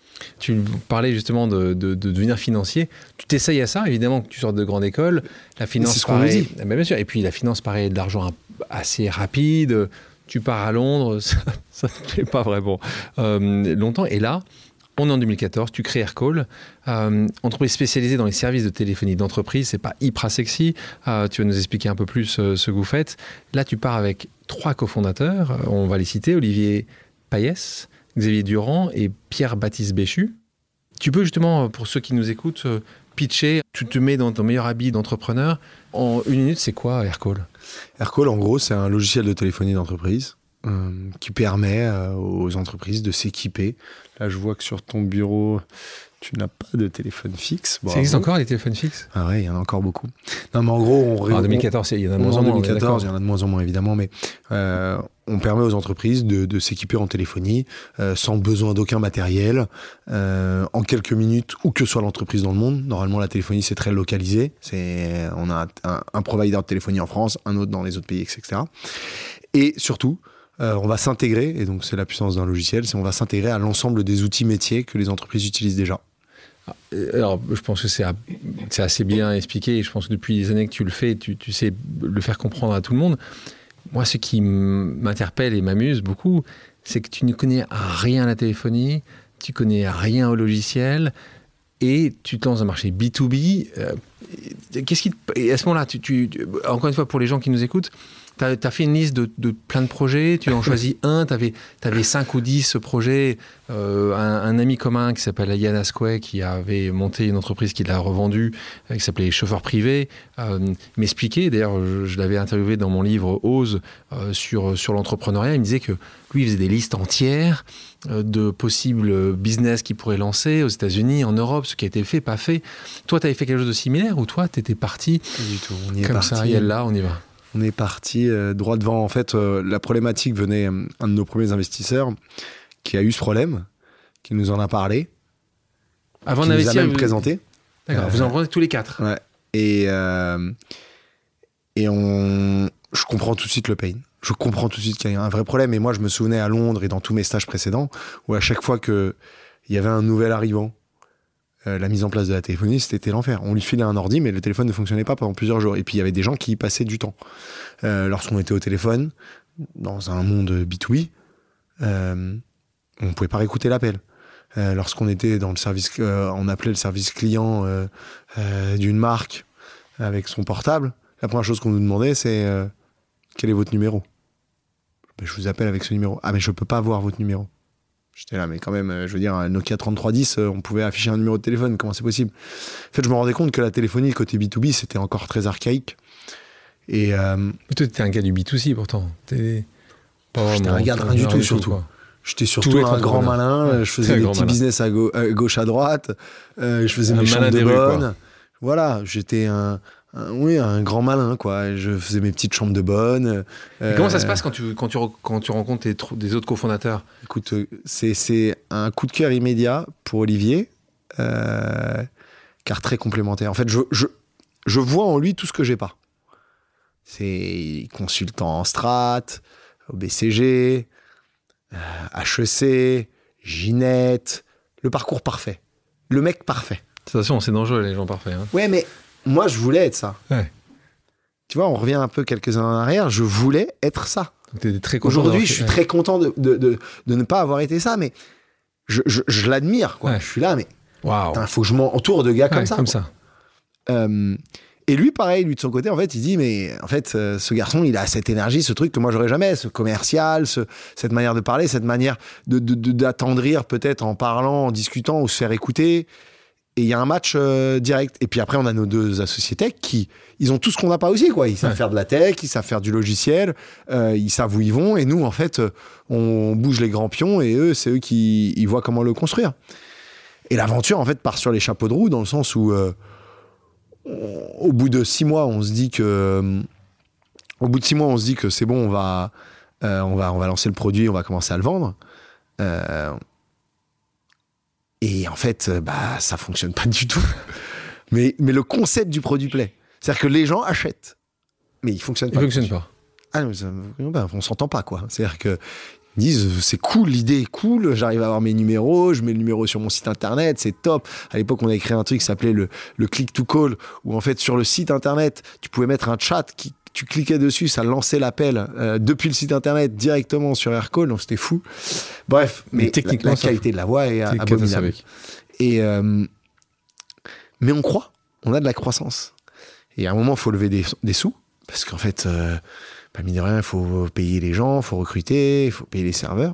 Tu parlais justement de, de, de devenir financier. Tu t'essayes à ça, évidemment, que tu sortes de grande école. La finance, c'est ce qu'on nous dit. Ah ben bien sûr. Et puis la finance paraît de l'argent assez rapide. Tu pars à Londres, ça ne te plaît pas vraiment euh, longtemps. Et là, on est en deux mille quatorze, tu crées Aircall, euh, entreprise spécialisée dans les services de téléphonie d'entreprise. C'est pas hyper sexy. Euh, tu vas nous expliquer un peu plus euh, ce que vous faites. Là, tu pars avec trois cofondateurs. On va les citer, Olivier Payès, Xavier Durand et Pierre-Baptiste Béchu. Tu peux justement, pour ceux qui nous écoutent, pitcher, tu te mets dans ton meilleur habit d'entrepreneur. En une minute, c'est quoi Aircall ? Aircall, en gros, c'est un logiciel de téléphonie d'entreprise euh, qui permet euh, aux entreprises de s'équiper. Là, je vois que sur ton bureau, tu n'as pas de téléphone fixe. Bravo. Ça existe encore, les téléphones fixes ? Ah ouais, il y en a encore beaucoup. Non, mais en gros, on... En deux mille quatorze, il y en a de moins en moins. En deux mille quatorze, il y en a de moins en moins, évidemment, mais euh, on permet aux entreprises de, de s'équiper en téléphonie euh, sans besoin d'aucun matériel, euh, en quelques minutes, où que soit l'entreprise dans le monde. Normalement, la téléphonie, c'est très localisé. C'est, on a un, un provider de téléphonie en France, un autre dans les autres pays, et cetera. Et surtout, Euh, on va s'intégrer, et donc c'est la puissance d'un logiciel, c'est on va s'intégrer à l'ensemble des outils métiers que les entreprises utilisent déjà. Alors, je pense que c'est, c'est assez bien expliqué, et je pense que depuis des années que tu le fais, tu, tu sais le faire comprendre à tout le monde. Moi, ce qui m'interpelle et m'amuse beaucoup, c'est que tu ne connais rien à la téléphonie, tu connais rien au logiciel, et tu te lances dans un marché B deux B. Euh, qu'est-ce qui te, et à ce moment-là, tu, tu, encore une fois, pour les gens qui nous écoutent, tu as fait une liste de, de plein de projets, tu en choisis un, tu avais cinq ou dix projets. Euh, un, un ami commun qui s'appelle Yann Asquet, qui avait monté une entreprise qu'il a revendue, euh, qui s'appelait Chauffeur Privé, euh, m'expliquait, d'ailleurs je, je l'avais interviewé dans mon livre Ose euh, sur, sur l'entrepreneuriat, il me disait que lui il faisait des listes entières euh, de possibles business qu'il pourrait lancer aux États-Unis, en Europe, ce qui a été fait, pas fait. Toi, tu avais fait quelque chose de similaire ou toi, tu étais parti Pas du tout. On y est comme parti. ça, Yann, là, on y va. On est parti euh, droit devant. En fait, euh, la problématique venait euh, un de nos premiers investisseurs qui a eu ce problème, qui nous en a parlé, avant qui d'investir, nous a même vous... présenté. D'accord, euh, vous en prenez tous les quatre. Ouais. Et, euh, et on... je comprends tout de suite le pain. Je comprends tout de suite qu'il y a un vrai problème. Et moi, je me souvenais à Londres et dans tous mes stages précédents, où à chaque fois qu'il y avait un nouvel arrivant, Euh, la mise en place de la téléphonie, c'était l'enfer. On lui filait un ordi, mais le téléphone ne fonctionnait pas pendant plusieurs jours. Et puis, il y avait des gens qui y passaient du temps. Euh, lorsqu'on était au téléphone, dans un monde B deux B, euh, on ne pouvait pas réécouter l'appel. Euh, lorsqu'on était dans le service, euh, on appelait le service client euh, euh, d'une marque avec son portable, la première chose qu'on nous demandait, c'est euh, quel est votre numéro ? Ben, je vous appelle avec ce numéro. Ah, mais je ne peux pas avoir votre numéro. J'étais là, mais quand même, je veux dire, un Nokia trente-trois dix, on pouvait afficher un numéro de téléphone, comment c'est possible ? En fait, je me rendais compte que la téléphonie, côté B deux B, c'était encore très archaïque. Et euh, mais toi, t'es un gars du B deux C, pourtant. T'es pas j'étais un gars de rien du tout, surtout. Tout, j'étais surtout tout un grand malin, ouais, je faisais des petits malin. business à, go- à gauche, à droite, euh, je faisais un mes chambres de bonne. Rues, voilà, j'étais un... Un, oui, un grand malin, quoi. Je faisais mes petites chambres de bonne. Euh... Comment ça se passe quand tu, quand tu, quand tu rencontres tes, des autres cofondateurs ? Écoute, c'est, c'est un coup de cœur immédiat pour Olivier, euh, car très complémentaire. En fait, je, je, je vois en lui tout ce que j'ai pas. C'est consultant en strat, au B C G, euh, H E C, Ginette, le parcours parfait. Le mec parfait. De toute façon, c'est dangereux, les gens parfaits. Hein. Ouais, mais... Moi, je voulais être ça. Ouais. Tu vois, on revient un peu quelques années en arrière. Je voulais être ça. T'es très Aujourd'hui, je suis ouais. très content de, de, de, de ne pas avoir été ça, mais je, je, je l'admire. Quoi. Ouais. Je suis là, mais il wow. faut que je m'entoure de gars comme ouais, ça. Comme quoi. ça. Euh, Et lui, pareil, lui de son côté, en fait, il dit, mais en fait, euh, ce garçon, il a cette énergie, ce truc que moi, j'aurais jamais, ce commercial, ce, cette manière de parler, cette manière de, de, de, d'attendrir peut-être en parlant, en discutant ou se faire écouter. Et il y a un match euh, direct. Et puis après, on a nos deux associés tech qui, ils ont tout ce qu'on n'a pas aussi, quoi. Ils savent ouais. faire de la tech, ils savent faire du logiciel, euh, ils savent où ils vont. Et nous, en fait, on bouge les grands pions et eux, c'est eux qui ils voient comment le construire. Et l'aventure, en fait, part sur les chapeaux de roue dans le sens où, euh, on, au bout de six mois, on se dit que, euh, au bout de six mois, on se dit que c'est bon, on va, euh, on va, on va lancer le produit, on va commencer à le vendre. Euh, Et en fait, bah, ça fonctionne pas du tout. mais, mais le concept du produit plaît. C'est-à-dire que les gens achètent, mais il fonctionne pas. Il fonctionne pas. Ah non, ça, bah, on s'entend pas, quoi. C'est-à-dire que ils disent, c'est cool, l'idée est cool, j'arrive à avoir mes numéros, je mets le numéro sur mon site internet, c'est top. À l'époque, on avait créé un truc qui s'appelait le, le click to call, où en fait, sur le site internet, tu pouvais mettre un chat qui, tu cliquais dessus, ça lançait l'appel euh, depuis le site internet directement sur Aircall, donc c'était fou. Bref, mais, mais techniquement, la, la qualité de la voix est abominable. Et euh, mais on croit, on a de la croissance. Et à un moment, il faut lever des, des sous, parce qu'en fait, euh, pas mine de rien, il faut payer les gens, il faut recruter, il faut payer les serveurs.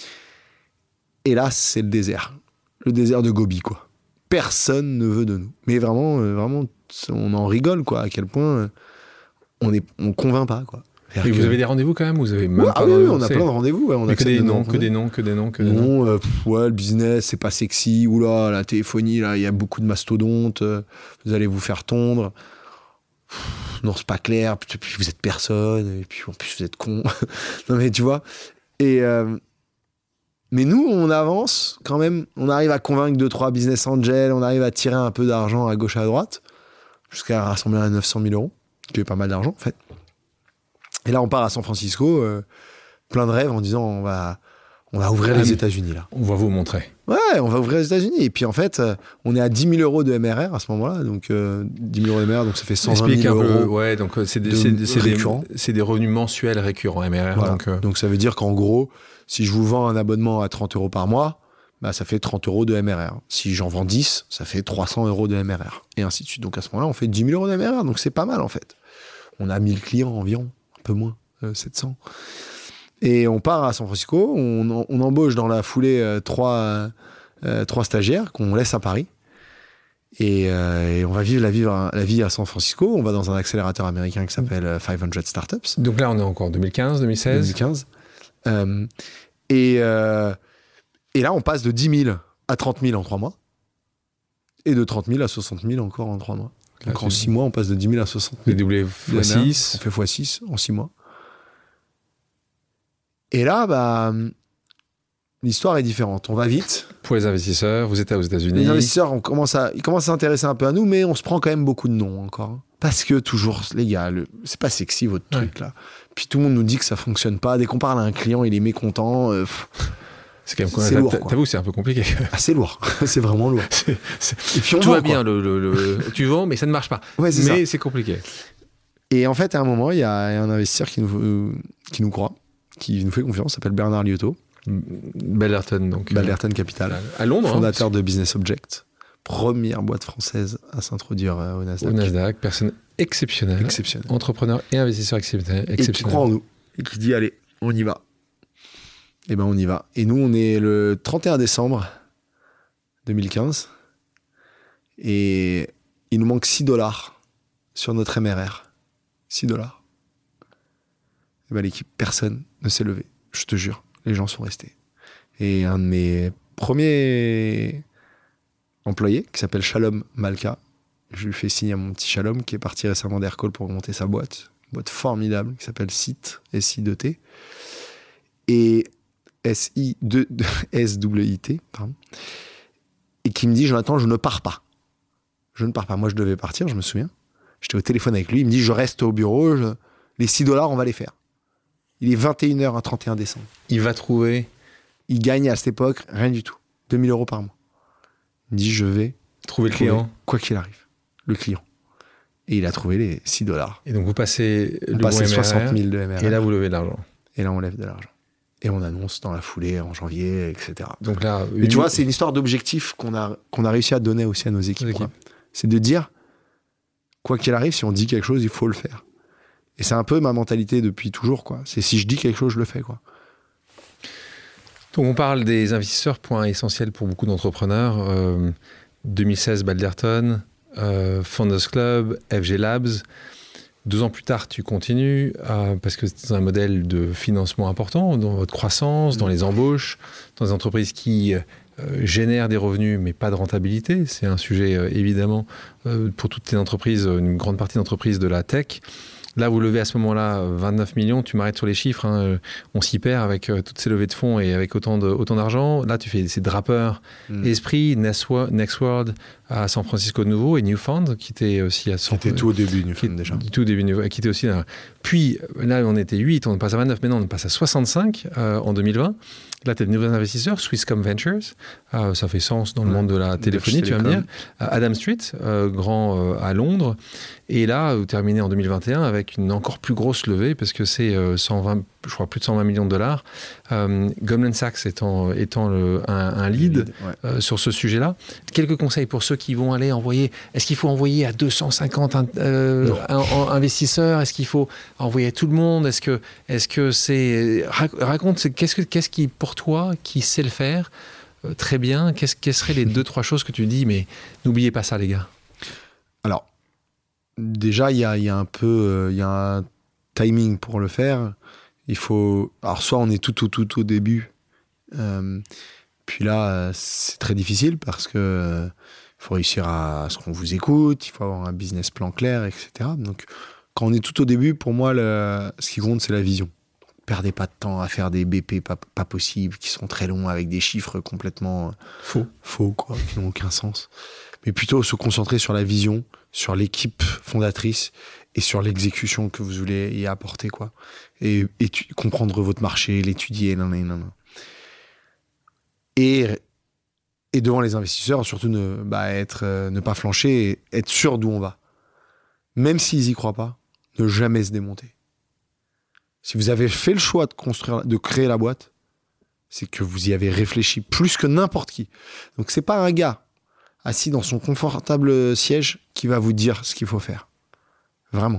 Et là, c'est le désert, le désert de Gobi, quoi. Personne ne veut de nous. Mais vraiment, euh, vraiment, on en rigole, quoi. À quel point euh, on est, on convainc pas, quoi. Et que... vous avez des rendez-vous quand même, vous avez même ouais, pas ah oui, oui, on a plein de rendez-vous. Ouais, on a que des, noms, que des noms, que des noms, que des noms. Non, euh, pff, ouais, le business, c'est pas sexy. Oula, la téléphonie, là, il y a beaucoup de mastodontes. Euh, vous allez vous faire tondre. Pff, non, c'est pas clair. Puis, puis vous êtes personne. Et puis en plus, vous êtes con. Non, mais tu vois. Et euh, mais nous, on avance quand même. On arrive à convaincre deux, trois business angels. On arrive à tirer un peu d'argent à gauche, à droite, jusqu'à rassembler à neuf cent mille euros, qui est pas mal d'argent en fait. Et là, on part à San Francisco, euh, plein de rêves, en disant on va, on va ouvrir ah, les États-Unis là. On va vous montrer. Ouais, on va ouvrir les États-Unis. Et puis en fait, euh, on est à dix mille euros de M R R à ce moment-là, donc euh, dix mille euros de M R R, donc ça fait cent vingt mille euros. Un peu, ouais, donc c'est des, de c'est, c'est, des, c'est des revenus mensuels récurrents M R R. Voilà. Donc, euh... donc ça veut dire qu'en gros, si je vous vends un abonnement à trente euros par mois, bah ça fait trente euros de M R R. Si j'en vends dix, ça fait trois cents euros de M R R. Et ainsi de suite. Donc à ce moment-là, on fait dix mille euros de M R R, donc c'est pas mal en fait. On a mille clients environ, un peu moins. sept cents. Et on part à San Francisco, on, on embauche dans la foulée euh, trois, euh, trois stagiaires qu'on laisse à Paris. Et, euh, et on va vivre la, vivre la vie à San Francisco. On va dans un accélérateur américain qui s'appelle cinq cents Startups. Donc là, on est encore en deux mille quinze, deux mille seize deux mille quinze. Euh, et, euh, et là, on passe de dix mille à trente mille en trois mois. Et de trente mille à soixante mille encore en trois mois. Donc là, en six mois, on passe de dix mille à soixante mille. Vous doublez fois six. On fait fois six en six mois. Et là, bah, l'histoire est différente. On va vite. Pour les investisseurs, vous êtes aux États-Unis. Les investisseurs, on commence à, ils commencent à s'intéresser un peu à nous, mais on se prend quand même beaucoup de noms encore. Parce que toujours, les gars, le, c'est pas sexy votre truc ouais. là. Puis tout le monde nous dit que ça fonctionne pas. Dès qu'on parle à un client, il est mécontent. Euh, c'est quand même c'est lourd. T'avoue, c'est un peu compliqué. Ah, c'est lourd. C'est vraiment lourd. C'est, c'est... Et puis on tout vend, va bien. Le, le, le... tu vends, mais ça ne marche pas. Ouais, c'est mais ça. c'est compliqué. Et en fait, à un moment, il y a un investisseur qui nous, euh, qui nous croit, qui nous fait confiance, s'appelle Bernard Liotto. Balderton, donc. Balderton Capital. À Londres. Fondateur hein, de Business Object. Première boîte française à s'introduire au Nasdaq. Au Nasdaq, personne exceptionnelle. Exceptionnelle. Entrepreneur et investisseur exceptionnel. Et qui croit en nous. Et qui dit, allez, on y va. Et ben on y va. Et nous, on est le trente et un décembre deux mille quinze. Et il nous manque six dollars sur notre M R R. six dollars. Et ben l'équipe, personne ne s'est levé. Je te jure. Les gens sont restés. Et un de mes premiers employés, qui s'appelle Shalom Malka, je lui fais signer à mon petit Shalom, qui est parti récemment d'Aircall pour monter sa boîte. Une boîte formidable, qui s'appelle S I T, S I deux T. Et S I deux S W I T, pardon. Et qui me dit, Jonathan, je ne pars pas. Je ne pars pas. Moi, je devais partir, je me souviens. J'étais au téléphone avec lui, il me dit, je reste au bureau, je... les six dollars, on va les faire. Il est vingt et une heures un trente et un décembre. Il va trouver... Il gagne à cette époque rien du tout. deux mille euros par mois. Il me dit, je vais trouver le client. Quoi qu'il arrive. Le client. Et il a trouvé les six dollars. Et donc, vous passez on le passait bon soixante mille de M R R. Et là, vous levez de l'argent. Et là, on lève de l'argent. Et on annonce dans la foulée, en janvier, et cetera. Donc là... Mais tu vois, c'est une histoire d'objectif qu'on a, qu'on a réussi à donner aussi à nos équipes. équipes. C'est de dire, quoi qu'il arrive, si on dit quelque chose, il faut le faire. Et c'est un peu ma mentalité depuis toujours, quoi. C'est si je dis quelque chose, je le fais, quoi. Donc on parle des investisseurs, point essentiel pour beaucoup d'entrepreneurs. Euh, deux mille seize, Balderton, euh, Founders Club, F G Labs. Deux ans plus tard, tu continues euh, parce que c'est un modèle de financement important dans votre croissance, dans les embauches, dans des entreprises qui euh, génèrent des revenus mais pas de rentabilité. C'est un sujet euh, évidemment euh, pour toutes les entreprises, une grande partie d'entreprises de la tech. Là, vous levez à ce moment-là vingt-neuf millions, tu m'arrêtes sur les chiffres, hein, on s'y perd avec euh, toutes ces levées de fonds et avec autant, de, autant d'argent. Là, tu fais ces Draper, mmh. Esprit, Nextworld à San Francisco de nouveau et Newfound qui était aussi à San Francisco. Qui était tout au début, Newfound déjà. Tout au début, qui était aussi là. Puis là, on était huit, on passe à vingt-neuf, maintenant on passe à soixante-cinq euh, en deux mille vingt. Là, tu as de nouveaux investisseurs, Swisscom Ventures, euh, ça fait sens dans le monde de la téléphonie, tu vas me dire. Adam Street, euh, grand euh, à Londres. Et là, vous terminez en deux mille vingt et un avec une encore plus grosse levée, parce que c'est euh, cent vingt, je crois plus de cent vingt millions de dollars. Euh, Goldman Sachs étant, étant le, un, un lead, lead ouais. euh, sur ce sujet-là. Quelques conseils pour ceux qui vont aller envoyer. Est-ce qu'il faut envoyer à deux cent cinquante euh, un, un, investisseurs? Est-ce qu'il faut envoyer à tout le monde? Est-ce que, est-ce que c'est... Raconte, c'est, qu'est-ce, que, qu'est-ce qui, pour toi, qui sait le faire euh, très bien, qu'est-ce, quelles seraient les deux, trois choses que tu dis, mais n'oubliez pas ça, les gars? Alors, déjà, il y a, y a un peu... Il euh, y a un timing pour le faire. Il faut... Alors, soit on est tout, tout, tout au début. Euh, puis là, euh, c'est très difficile parce que euh, faut réussir à, à ce qu'on vous écoute, il faut avoir un business plan clair, et cetera. Donc, quand on est tout au début, pour moi, le, ce qui compte, c'est la vision. Donc, perdez pas de temps à faire des B P pas, pas possibles, qui sont très longs, avec des chiffres complètement faux, faux quoi, qui n'ont aucun sens. Mais plutôt se concentrer sur la vision, sur l'équipe fondatrice et sur l'exécution que vous voulez y apporter, quoi. Et, et tu, comprendre votre marché, l'étudier, nan, nan, nan. Et, et devant les investisseurs, surtout ne, bah, être, euh, ne pas flancher et être sûr d'où on va. Même s'ils y croient pas, ne jamais se démonter. Si vous avez fait le choix de construire, de créer la boîte, c'est que vous y avez réfléchi plus que n'importe qui. Donc c'est pas un gars assis dans son confortable siège qui va vous dire ce qu'il faut faire. Vraiment.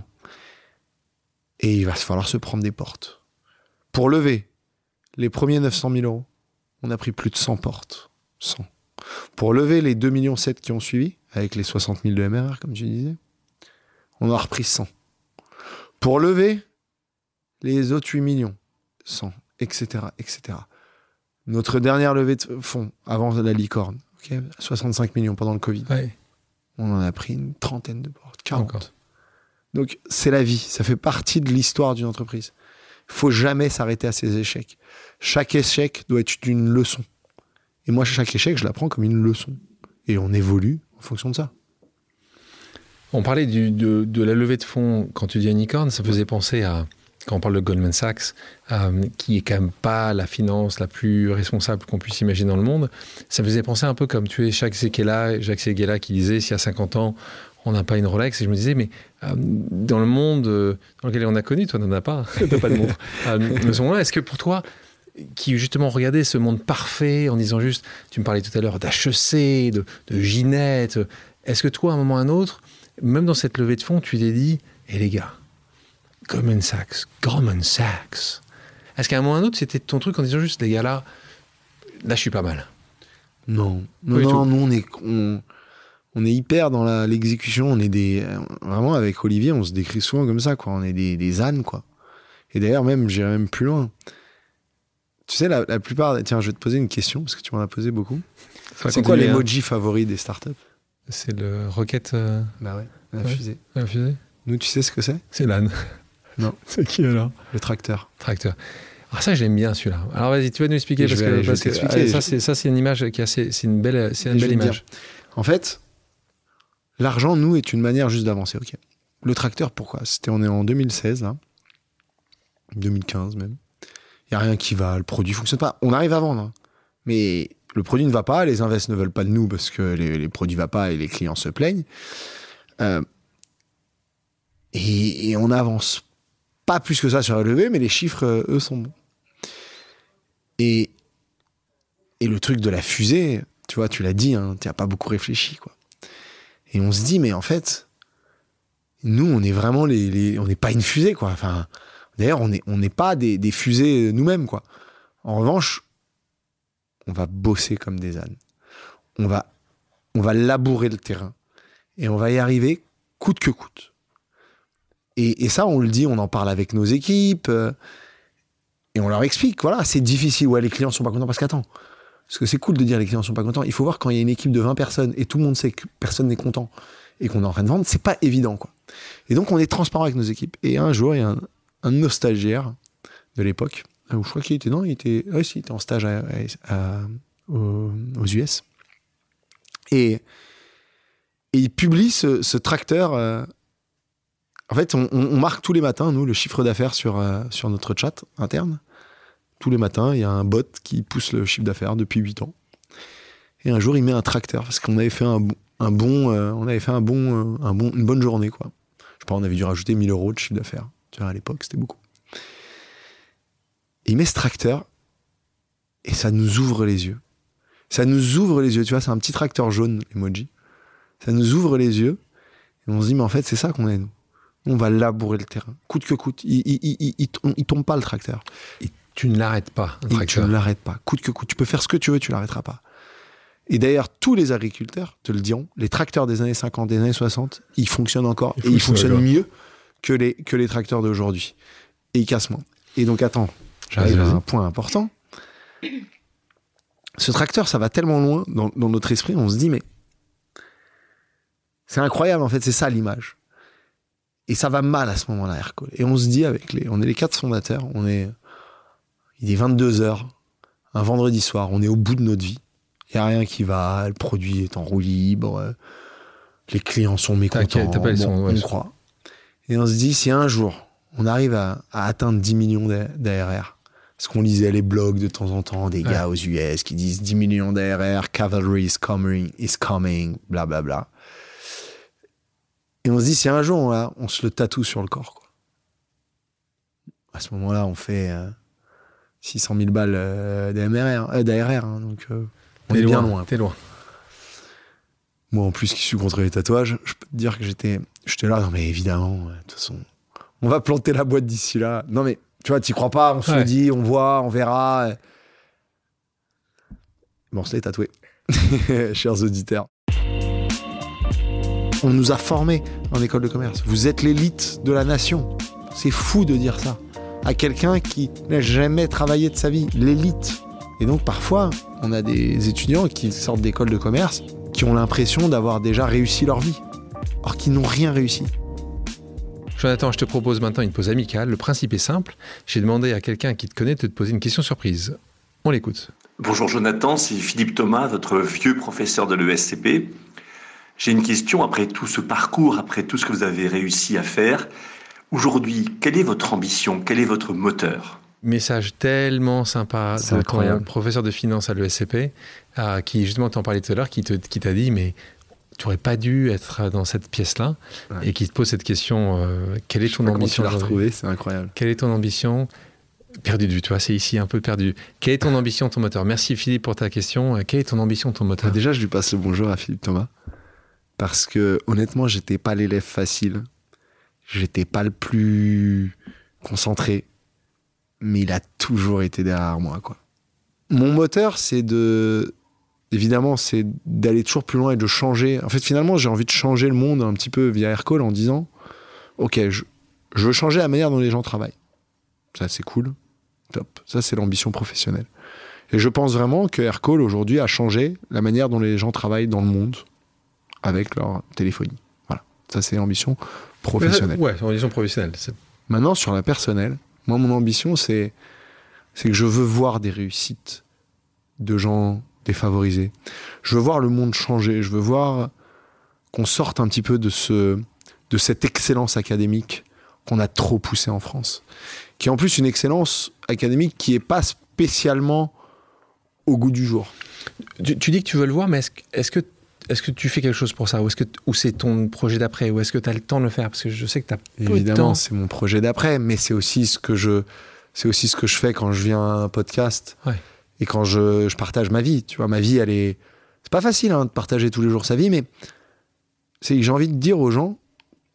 Et il va falloir se prendre des portes. Pour lever les premiers neuf cent mille euros, on a pris plus de cent portes. cent. Pour lever les deux virgule sept millions qui ont suivi, avec les soixante mille de M R R, comme je disais, on a repris cent. Pour lever les autres huit millions, cent, et cetera, et cetera. Notre dernière levée de fonds, avant la licorne, okay, soixante-cinq millions pendant le Covid, ouais. On en a pris une trentaine de portes, quarante. Encore. Donc, c'est la vie, ça fait partie de l'histoire d'une entreprise. Il ne faut jamais s'arrêter à ses échecs. Chaque échec doit être une leçon. Et moi, chaque échec, je l'apprends comme une leçon. Et on évolue en fonction de ça. On parlait du, de, de la levée de fonds, quand tu dis unicorn, ça faisait penser à, quand on parle de Goldman Sachs, euh, qui est quand même pas la finance la plus responsable qu'on puisse imaginer dans le monde, ça faisait penser un peu comme tu es Jacques Séguéla, Jacques Séguéla qui disait, s'il y a cinquante ans, on n'a pas une Rolex. Et je me disais, mais euh, dans le monde euh, dans lequel on a connu, toi, n'en as pas, tu n'as pas de montre. Euh, à ce moment-là, est-ce que pour toi, qui justement regardait ce monde parfait en disant juste, tu me parlais tout à l'heure d'H E C, de, de Ginette, est-ce que toi, à un moment ou à un autre, même dans cette levée de fonds, tu t'es dit, hé hey, les gars, Goldman Sachs, Goldman Sachs, est-ce qu'à un moment ou à un autre, c'était ton truc en disant juste, les gars, là, là, je suis pas mal? Non, non, non, nous, on est... On... On est hyper dans la, l'exécution, on est des... Vraiment, avec Olivier, on se décrit souvent comme ça, quoi. On est des, des ânes, quoi. Et d'ailleurs, même, j'irais même plus loin. Tu sais, la, la plupart... Tiens, je vais te poser une question, parce que tu m'en as posé beaucoup. Ça c'est quoi l'emoji favori des startups? C'est le rocket... Euh... Bah ouais, la ouais, fusée. La fusée. Nous, tu sais ce que c'est? C'est l'âne. Non. C'est qui, alors? Le tracteur. Tracteur. Alors ça, j'aime bien, celui-là. Alors, vas-y, tu vas nous expliquer, parce vais, que, je parce vais que t'expliquer. ah, ça, c'est, ça, c'est une image qui est assez... C'est une belle, c'est une belle image. En fait... L'argent, nous, est une manière juste d'avancer. Okay. Le tracteur, pourquoi? C'était, on est en deux mille seize, là. deux mille quinze même. Il n'y a rien qui va, le produit ne fonctionne pas. On arrive à vendre, hein. Mais le produit ne va pas, les invests ne veulent pas de nous parce que les, les produits ne vont pas et les clients se plaignent. Euh, et, et on n'avance pas plus que ça sur la levée, mais les chiffres, eux, sont bons. Et, et le truc de la fusée, tu vois, tu l'as dit, hein, tu n'as pas beaucoup réfléchi, quoi. Et on se dit, mais en fait, Nous, on est vraiment les, les on n'est pas une fusée, quoi. Enfin, d'ailleurs, on n'est on n'est pas des, des fusées nous-mêmes, quoi. En revanche, on va bosser comme des ânes. On va, on va labourer le terrain. Et on va y arriver coûte que coûte. Et, et ça, on le dit, on en parle avec nos équipes. Euh, et on leur explique, voilà, c'est difficile. Ouais, les clients sont pas contents parce qu'attends. Parce que c'est cool de dire les clients sont pas contents. Il faut voir quand il y a une équipe de vingt personnes et tout le monde sait que personne n'est content et qu'on est en train de vendre, c'est pas évident, quoi. Et donc, on est transparent avec nos équipes. Et un jour, il y a un, un de nos stagiaires de l'époque, où je crois qu'il était, non, il était, ouais, si, il était en stage à, à, à, aux, aux U S. Et, et il publie ce, ce tracteur. Euh, en fait, on, on marque tous les matins, nous, le chiffre d'affaires sur, euh, sur notre chat interne. Tous les matins, il y a un bot qui pousse le chiffre d'affaires depuis huit ans. Et un jour, il met un tracteur, parce qu'on avait fait un, un bon, euh, on avait fait un bon, euh, un bon, une bonne journée, quoi. Je sais pas, on avait dû rajouter mille euros de chiffre d'affaires. Tu vois, à l'époque, c'était beaucoup. Et il met ce tracteur, et ça nous ouvre les yeux. Ça nous ouvre les yeux, tu vois, c'est un petit tracteur jaune, l'emoji. Ça nous ouvre les yeux, et on se dit, mais en fait, c'est ça qu'on est, nous. On va labourer le terrain, coûte que coûte. Il, il, il, il, il, il tombe pas, le tracteur. Et tu ne l'arrêtes pas, un et tu ne l'arrêtes pas, coûte que coûte. Tu peux faire ce que tu veux, tu l'arrêteras pas. Et d'ailleurs, tous les agriculteurs te le diront, les tracteurs des années cinquante, des années soixante, ils fonctionnent encore, il et ils fonctionnent encore. mieux que les, que les tracteurs d'aujourd'hui. Et ils cassent moins. Et donc, attends, j'arrive à un point important. Ce tracteur, ça va tellement loin dans, dans notre esprit, on se dit, mais c'est incroyable, en fait, c'est ça l'image. Et ça va mal à ce moment-là, Aircall. Et on se dit, avec les, on est les quatre fondateurs, on est, il est vingt-deux heures, un vendredi soir, on est au bout de notre vie. Il n'y a rien qui va, le produit est en roue libre, les clients sont mécontents, bon, son, ouais, on croit. Et on se dit, si un jour, on arrive à, à atteindre dix millions d'A R R, parce qu'on lisait les blogs de temps en temps, des ouais. gars aux U S qui disent dix millions d'A R R, cavalry is coming, is coming, blablabla. Bla bla. Et on se dit, si un jour, on, là, on se le tatoue sur le corps, quoi. À ce moment-là, on fait euh, six cent mille balles euh, d'A R R, euh, d'A R R hein, donc euh, on t'es est loin, bien loin. T'es loin. Moi, en plus, qui suis contre les tatouages, je peux te dire que j'étais, j'étais là, non mais évidemment, de toute façon, on va planter la boîte d'ici là. Non mais, tu vois, t'y crois pas, on se ouais. le dit, on voit, on verra. Bon, on se l'est tatoué, chers auditeurs. On nous a formés en école de commerce. Vous êtes l'élite de la nation. C'est fou de dire ça à quelqu'un qui n'a jamais travaillé de sa vie. L'élite. Et donc, parfois, on a des étudiants qui sortent d'école de commerce qui ont l'impression d'avoir déjà réussi leur vie, or qu'ils n'ont rien réussi. Jonathan, je te propose maintenant une pause amicale. Le principe est simple. J'ai demandé à quelqu'un qui te connaît de te poser une question surprise. On l'écoute. Bonjour Jonathan, c'est Philippe Thomas, votre vieux professeur de l'E S C P. J'ai une question après tout ce parcours, après tout ce que vous avez réussi à faire. Aujourd'hui, quelle est votre ambition? Quel est votre moteur? Message tellement sympa c'est de incroyable. ton professeur de finance à l'E S C P, euh, qui justement t'en parlait tout à l'heure, qui, te, qui t'a dit, mais tu n'aurais pas dû être dans cette pièce-là, ouais. et qui te pose cette question, euh, quelle est ton Je ambition? Tu l'as retrouvé, c'est incroyable. Quelle est ton ambition? Perdu de vue, tu vois, c'est ici un peu perdu. Quelle est ton ambition, ton moteur? Merci Philippe pour ta question. Quelle est ton ambition, ton moteur? Déjà, je lui passe le bonjour à Philippe Thomas. Parce que, honnêtement, j'étais pas l'élève facile. J'étais pas le plus concentré. Mais il a toujours été derrière moi, quoi. Mon moteur, c'est de... Évidemment, c'est d'aller toujours plus loin et de changer. En fait, finalement, j'ai envie de changer le monde un petit peu via Aircall en disant « Ok, je, je veux changer la manière dont les gens travaillent. » Ça, c'est cool. Top. Ça, c'est l'ambition professionnelle. Et je pense vraiment que Aircall, aujourd'hui, a changé la manière dont les gens travaillent dans le monde avec leur téléphonie. Voilà. Ça, c'est l'ambition professionnelle. Ouais, c'est l'ambition professionnelle. C'est... Maintenant, sur la personnelle, moi, mon ambition, c'est, c'est que je veux voir des réussites de gens défavorisés. Je veux voir le monde changer. Je veux voir qu'on sorte un petit peu de, ce, de cette excellence académique qu'on a trop poussée en France. Qui est en plus une excellence académique qui n'est pas spécialement au goût du jour. Tu, tu dis que tu veux le voir, mais est-ce, est-ce que Est-ce que tu fais quelque chose pour ça? Ou, est-ce que, ou c'est ton projet d'après? Ou est-ce que tu as le temps de le faire? Parce que je sais que tu as peu Évidemment, de temps. c'est mon projet d'après, mais c'est aussi ce que je, c'est aussi ce que je fais quand je viens à un podcast, ouais. et quand je, je partage ma vie. Tu vois, ma vie, elle est... C'est pas facile hein, de partager tous les jours sa vie, mais c'est que j'ai envie de dire aux gens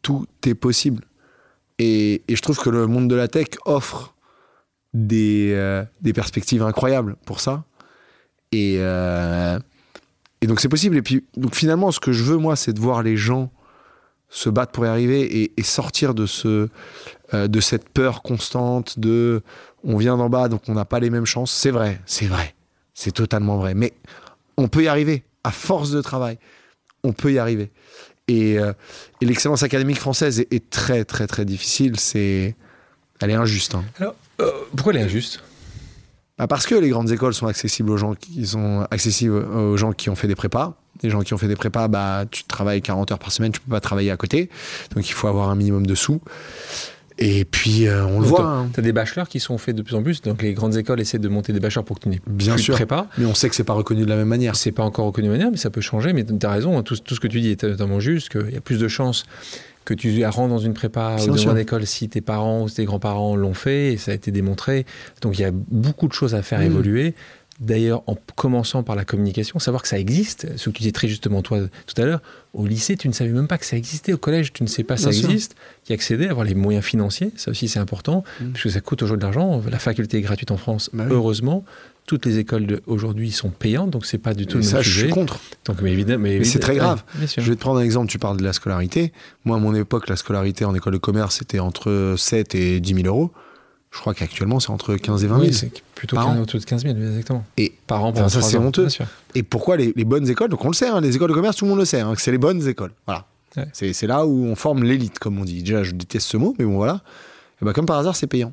tout est possible. Et, et je trouve que le monde de la tech offre des, euh, des perspectives incroyables pour ça. Et, euh, et donc c'est possible. Et puis donc finalement, ce que je veux, moi, c'est de voir les gens se battre pour y arriver et, et sortir de, ce, euh, de cette peur constante de on vient d'en bas, donc on n'a pas les mêmes chances. C'est vrai, c'est vrai. C'est totalement vrai. Mais on peut y arriver. À force de travail, on peut y arriver. Et, euh, et l'excellence académique française est, est très, très, très difficile. C'est... Elle est injuste. Hein. Alors, euh, pourquoi elle est injuste ? Bah parce que les grandes écoles sont accessibles aux gens qui sont accessibles aux gens qui ont fait des prépas. Les gens qui ont fait des prépas, bah, tu travailles quarante heures par semaine, tu peux pas travailler à côté. Donc il faut avoir un minimum de sous. Et puis, euh, on le voit. Hein. Tu as des bachelors qui sont faits de plus en plus. Donc, les grandes écoles essaient de monter des bachelors pour que tu n'aies Bien plus sûr. de prépa. Mais on sait que c'est pas reconnu de la même manière. C'est pas encore reconnu de la même manière, mais ça peut changer. Mais tu as raison, hein, tout, tout ce que tu dis est totalement juste, qu'il y a plus de chances que tu rentres dans une prépa Bien ou dans sûr. une école si tes parents ou tes grands-parents l'ont fait, et ça a été démontré. Donc, il y a beaucoup de choses à faire mmh. évoluer. D'ailleurs, en commençant par la communication, savoir que ça existe, ce que tu disais très justement toi tout à l'heure, au lycée, tu ne savais même pas que ça existait, au collège, tu ne sais pas que ça Bien existe, y accéder, avoir les moyens financiers, ça aussi c'est important, mmh. parce que ça coûte aujourd'hui de l'argent, la faculté est gratuite en France, bah oui. heureusement, toutes les écoles de, aujourd'hui sont payantes, donc c'est pas du tout Et le ça, même je sujet. suis contre. Donc, mais évidemment, mais, Mais c'est très grave. Ouais, Je vais te prendre un exemple, tu parles de la scolarité. Moi, à mon époque, la scolarité en école de commerce, c'était entre sept et dix mille euros. Je crois qu'actuellement, c'est entre quinze et vingt mille. Oui, c'est plutôt par an. autour de quinze mille, exactement. Et par an, enfin, ça, c'est ans, honteux. bien sûr. Et pourquoi les, les bonnes écoles, donc on le sait, hein, les écoles de commerce, tout le monde le sait, hein, que c'est les bonnes écoles. Voilà. Ouais. C'est, c'est là où on forme l'élite, comme on dit. Déjà, je déteste ce mot, mais bon, voilà. Et bah, comme par hasard, c'est payant.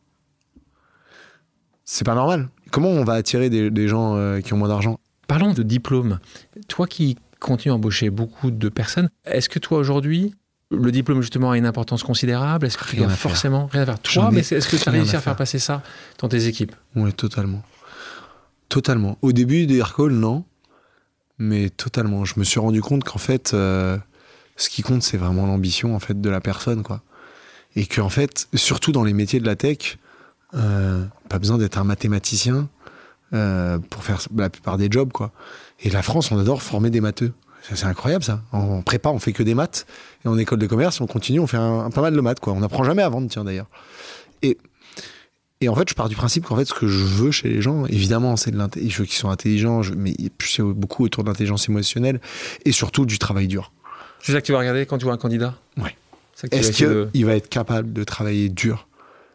C'est pas normal. Comment on va attirer des, des gens euh, qui ont moins d'argent ? Parlons de diplôme. Toi qui continues à embaucher beaucoup de personnes, est-ce que toi aujourd'hui, le diplôme justement a une importance considérable ? Est-ce que tu Rien dois à faire. forcément rien à faire ? Toi, J'en ai mais c'est- est-ce que tu as rien réussi à à faire faire. passer ça dans tes équipes ? Oui, totalement. Totalement. Au début des Aircall, non. Mais totalement. Je me suis rendu compte qu'en fait, euh, ce qui compte, c'est vraiment l'ambition en fait, de la personne, quoi. Et qu'en fait, surtout dans les métiers de la tech, euh, pas besoin d'être un mathématicien euh, pour faire la plupart des jobs, quoi. Et la France, on adore former des matheux. Ça, c'est incroyable, ça. En prépa, on fait que des maths. Et en école de commerce, on continue, on fait un, un- pas mal de maths, quoi. On n'apprend jamais à vendre, tiens, d'ailleurs. Et, et en fait, je pars du principe qu'en fait, ce que je veux chez les gens, évidemment, c'est de l'intelligence. Je veux qu'ils soient intelligents, je, mais c'est beaucoup autour de l'intelligence émotionnelle et surtout du travail dur. C'est ça que tu vas regarder quand tu vois un candidat ? Ouais. C'est ça que tu vas Est-ce essayer de- qu'il va être capable de travailler dur ?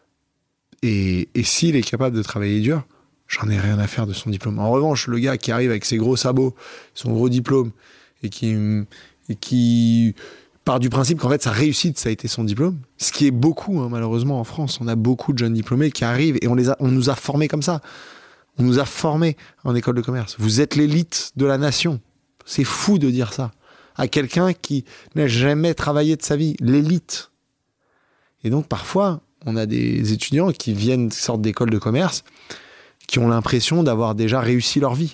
Et, et s'il est capable de travailler dur, j'en ai rien à faire de son diplôme. En revanche, le gars qui arrive avec ses gros sabots, son gros diplôme, et qui, et qui part du principe qu'en fait sa réussite, ça a été son diplôme, ce qui est beaucoup, hein, malheureusement, en France. On a beaucoup de jeunes diplômés qui arrivent et on, les a, on nous a formés comme ça. On nous a formés en école de commerce. Vous êtes l'élite de la nation. C'est fou de dire ça à quelqu'un qui n'a jamais travaillé de sa vie. L'élite. Et donc, parfois, on a des étudiants qui viennent, qui sortent d'école de commerce, qui ont l'impression d'avoir déjà réussi leur vie.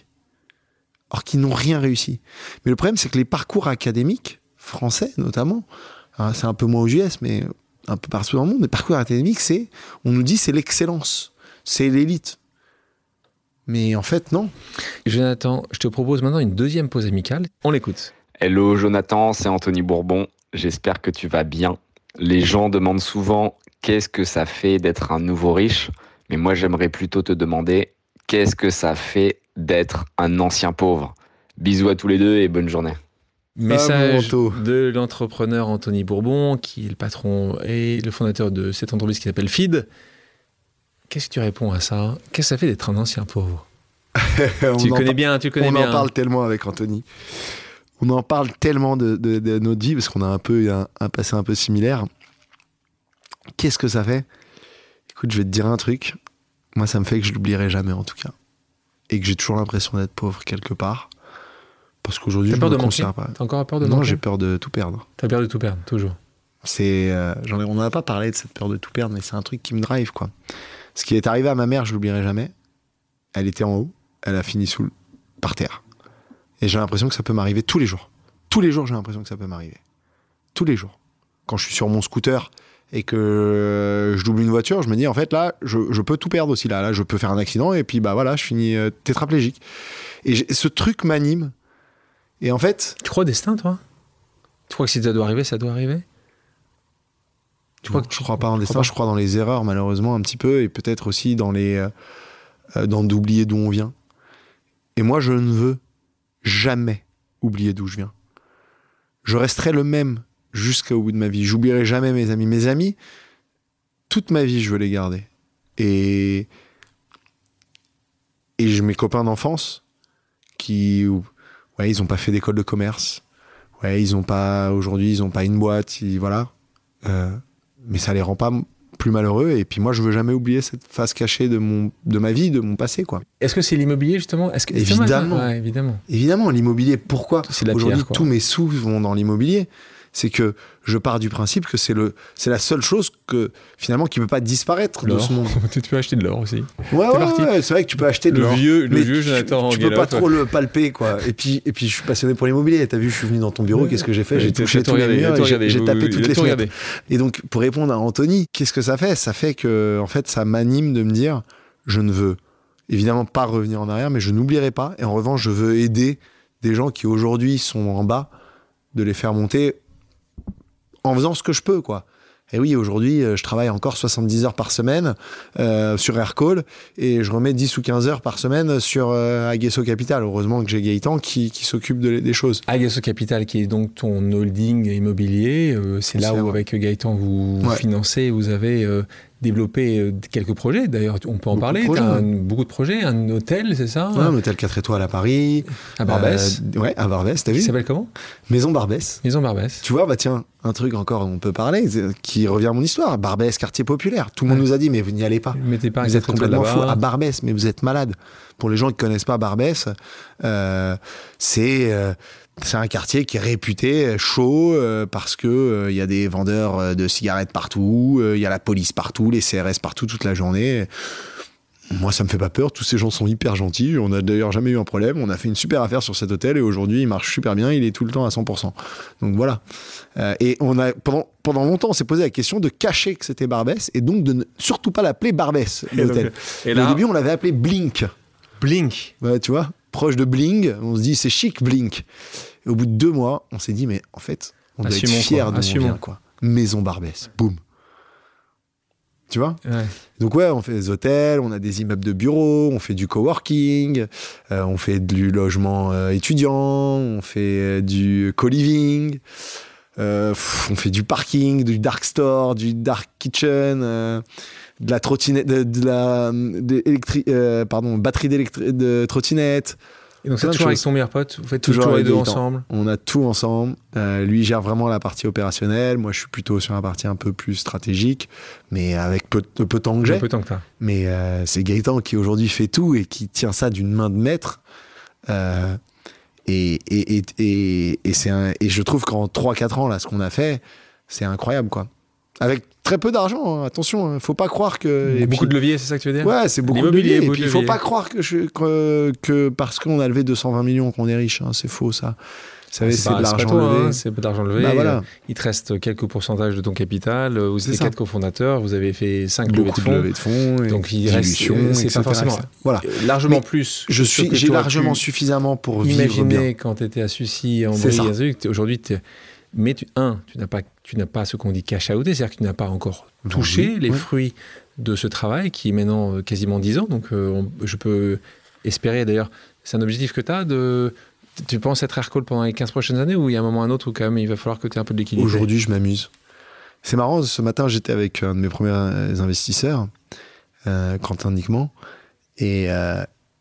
Or qu'ils n'ont rien réussi. Mais le problème, c'est que les parcours académiques, français notamment, hein, c'est un peu moins aux U S, mais un peu partout dans le monde, les parcours académiques, c'est, on nous dit c'est l'excellence, c'est l'élite. Mais en fait, non. Jonathan, je te propose maintenant une deuxième pause amicale. On l'écoute. Hello Jonathan, c'est Anthony Bourbon. J'espère que tu vas bien. Les gens demandent souvent qu'est-ce que ça fait d'être un nouveau riche, mais moi j'aimerais plutôt te demander qu'est-ce que ça fait d'être un ancien pauvre. Bisous à tous les deux et bonne journée. Message Ah, mon Anto. de l'entrepreneur Anthony Bourbon, qui est le patron et le fondateur de cette entreprise qui s'appelle Feed. Qu'est-ce que tu réponds à ça ? Qu'est-ce que ça fait d'être un ancien pauvre ? On Tu le en connais par- bien, tu le connais on bien. en parle tellement avec Anthony. On en parle tellement de, de, de notre vie parce qu'on a un peu un, un passé un peu similaire. Qu'est-ce que ça fait ? Écoute, je vais te dire un truc. Moi, ça me fait que je l'oublierai jamais, en tout cas. Et que j'ai toujours l'impression d'être pauvre quelque part. Parce qu'aujourd'hui, T'as je peur me de manquer ? considère pas. T'as encore peur de Non, manquer ? j'ai peur de tout perdre. T'as peur de tout perdre, toujours. C'est, euh, j'en ai, on n'en a pas parlé de cette peur de tout perdre, mais c'est un truc qui me drive, quoi. Ce qui est arrivé à ma mère, je l'oublierai jamais. Elle était en haut, elle a fini sous, le- par terre. Et j'ai l'impression que ça peut m'arriver tous les jours. Tous les jours, j'ai l'impression que ça peut m'arriver. Tous les jours. Quand je suis sur mon scooter et que euh, je double une voiture, je me dis, en fait, là, je, je peux tout perdre aussi. Là, là, je peux faire un accident et puis, bah voilà, je finis euh, tétraplégique. Et j'ai- ce truc m'anime. Et en fait, Tu crois au destin, toi ? Tu crois que si ça doit arriver, ça doit arriver ? Tu crois que tu je crois pas en je destin, crois pas. je crois dans les erreurs malheureusement un petit peu et peut-être aussi dans les euh, dans d'oublier d'où on vient. Et moi je ne veux jamais oublier d'où je viens. Je resterai le même jusqu'au bout de ma vie. J'oublierai jamais mes amis. Mes amis, toute ma vie je veux les garder. Et et j'ai mes copains d'enfance qui ouais ils ont pas fait d'école de commerce. Ouais ils ont pas aujourd'hui ils ont pas une boîte. Ils, voilà. Euh, mais ça les rend pas plus malheureux et puis moi je veux jamais oublier cette face cachée de mon de ma vie, de mon passé quoi. Est-ce que c'est l'immobilier justement? Est-ce que évidemment ouais, évidemment évidemment l'immobilier, pourquoi c'est de la aujourd'hui pierre, quoi. tous mes sous vont dans l'immobilier? C'est que je pars du principe que c'est le c'est la seule chose que finalement qui peut pas disparaître de L'or. ce monde. Tu peux acheter de l'or aussi. Ouais, ouais, parti. ouais, c'est vrai que tu peux acheter de Le l'or. vieux- le mais vieux tu- Jonathan Tu peux Anguilla, pas toi. trop le palper, quoi. Et puis, et puis, je suis passionné pour l'immobilier. T'as vu, je suis venu dans ton bureau. Qu'est-ce que j'ai fait? J'ai T'as touché tout tous les regardé, murs. t'as tout et j'ai- regardé, J'ai vous- tapé vous- toutes t'as les tout fenêtres. regardé. Et donc, pour répondre à Anthony, qu'est-ce que ça fait? Ça fait que, en fait, ça m'anime de me dire, je ne veux évidemment pas revenir en arrière, mais je n'oublierai pas. Et en revanche, je veux aider des gens qui aujourd'hui sont en bas, de les faire monter en faisant ce que je peux, quoi. Et oui, aujourd'hui, euh, je travaille encore soixante-dix heures par semaine euh, sur Aircall et je remets dix ou quinze heures par semaine sur euh, Aguesso Capital. Heureusement que j'ai Gaëtan qui, qui s'occupe de, des choses. Aguesso Capital, qui est donc ton holding immobilier, euh, c'est là C'est où, vrai. avec Gaëtan, vous Ouais. financez, vous avez euh, développé euh, quelques projets. D'ailleurs, on peut en Beaucoup parler. de projets, T'as ouais. un- beaucoup de projets, un hôtel, c'est ça? Ouais, un hôtel quatre étoiles à Paris. À Barbès. Euh, ouais, à Barbès, t'as Qui vu? s'appelle comment? Maison Barbès. Maison Barbès. Tu vois, bah tiens, un truc encore dont on peut parler, c'est- qui revient à mon histoire. Barbès, quartier populaire. Tout le monde Ouais. nous a dit, mais vous n'y allez pas. Mettez pas un Vous êtes quatre étoiles complètement fou. là-bas. À Barbès, mais vous êtes malade. Pour les gens qui connaissent pas Barbès, euh, c'est euh, c'est un quartier qui est réputé chaud euh, parce que euh, il y a des vendeurs euh, de cigarettes partout, euh, il y a la police partout, les C R S partout toute la journée. Moi, ça me fait pas peur. Tous ces gens sont hyper gentils. On a d'ailleurs jamais eu un problème. On a fait une super affaire sur cet hôtel et aujourd'hui, il marche super bien. Il est tout le temps à cent pour cent. Donc voilà. Euh, et on a pendant pendant longtemps, on s'est posé la question de cacher que c'était Barbès et donc de ne surtout pas l'appeler Barbès Et donc, l'hôtel. Et Et là, Au début, on l'avait appelé Blink. Blink. Ouais, tu vois, proche de Bling. On se dit c'est chic Blink. Et au bout de deux mois, on s'est dit mais en fait, on doit Assumons, être fiers quoi. d'où on Assumons. vient, quoi. Maison Barbès. Boum. Tu vois? Ouais. Donc ouais, on fait des hôtels, on a des immeubles de bureaux, on fait du coworking, euh, on fait du logement euh, étudiant, on fait euh, du co-living, euh, pff, on fait du parking, du dark store, du dark kitchen, euh, de la trottinette, de, de la de électri- euh, pardon, batterie d'électri- de trottinette. Et donc, c'est Plein de toujours avec choses. ton meilleur pote. Vous faites Toujours toujours, les avec deux Gaëtan. ensemble. On a tout ensemble. Euh, lui gère vraiment la partie opérationnelle. Moi, je suis plutôt sur la partie un peu plus stratégique, mais avec peu, peu de temps que j'ai. Peu de temps que t'as. Mais euh, c'est Gaëtan qui aujourd'hui fait tout et qui tient ça d'une main de maître. Euh, et, et, et, et, et, c'est un, et je trouve qu'en trois quatre ans, là, ce qu'on a fait, c'est incroyable, quoi. Avec très peu d'argent, hein, attention, hein, faut pas croire que. et Beaucoup puis- de leviers, c'est ça que tu veux dire? Ouais, c'est beaucoup de L'immobilier, leviers. Et beaucoup puis, de il faut leviers. pas croire que, je, que, que parce qu'on a levé deux cent vingt millions qu'on est riche, hein, c'est faux, ça. Vous savez, c'est pas- de pas l'argent toi, levé. hein, c'est pas de l'argent levé. Bah voilà. Il te reste quelques pourcentages de ton capital. Vous C'est êtes ça. quatre cofondateurs. Vous avez fait cinq levées de Beaucoup de fonds. levées de fonds. et Donc, il reste. dilutions, C'est et cetera, pas forcément. et cetera. Voilà. euh, Largement Mais plus. Je que ce suis, que j'ai t'aurais largement pu suffisamment pour vivre bien. imaginer quand tu étais à Sucy, en C'est Brie, ça. un truc, t'es- aujourd'hui, t'es- mais tu, un, tu n'as pas, tu n'as pas ce qu'on dit cash outé, c'est-à-dire que tu n'as pas encore touché Oui, les ouais. fruits de ce travail qui est maintenant euh, quasiment dix ans. Donc, euh, on- je peux espérer, d'ailleurs, c'est un objectif que tu as de. Tu penses être Aircall pendant les quinze prochaines années ou il y a un moment ou un autre où quand même il va falloir que tu aies un peu de l'équilibre? Aujourd'hui, je m'amuse. C'est marrant, ce matin, j'étais avec un de mes premiers investisseurs, euh, Quentin Niquement, et, euh,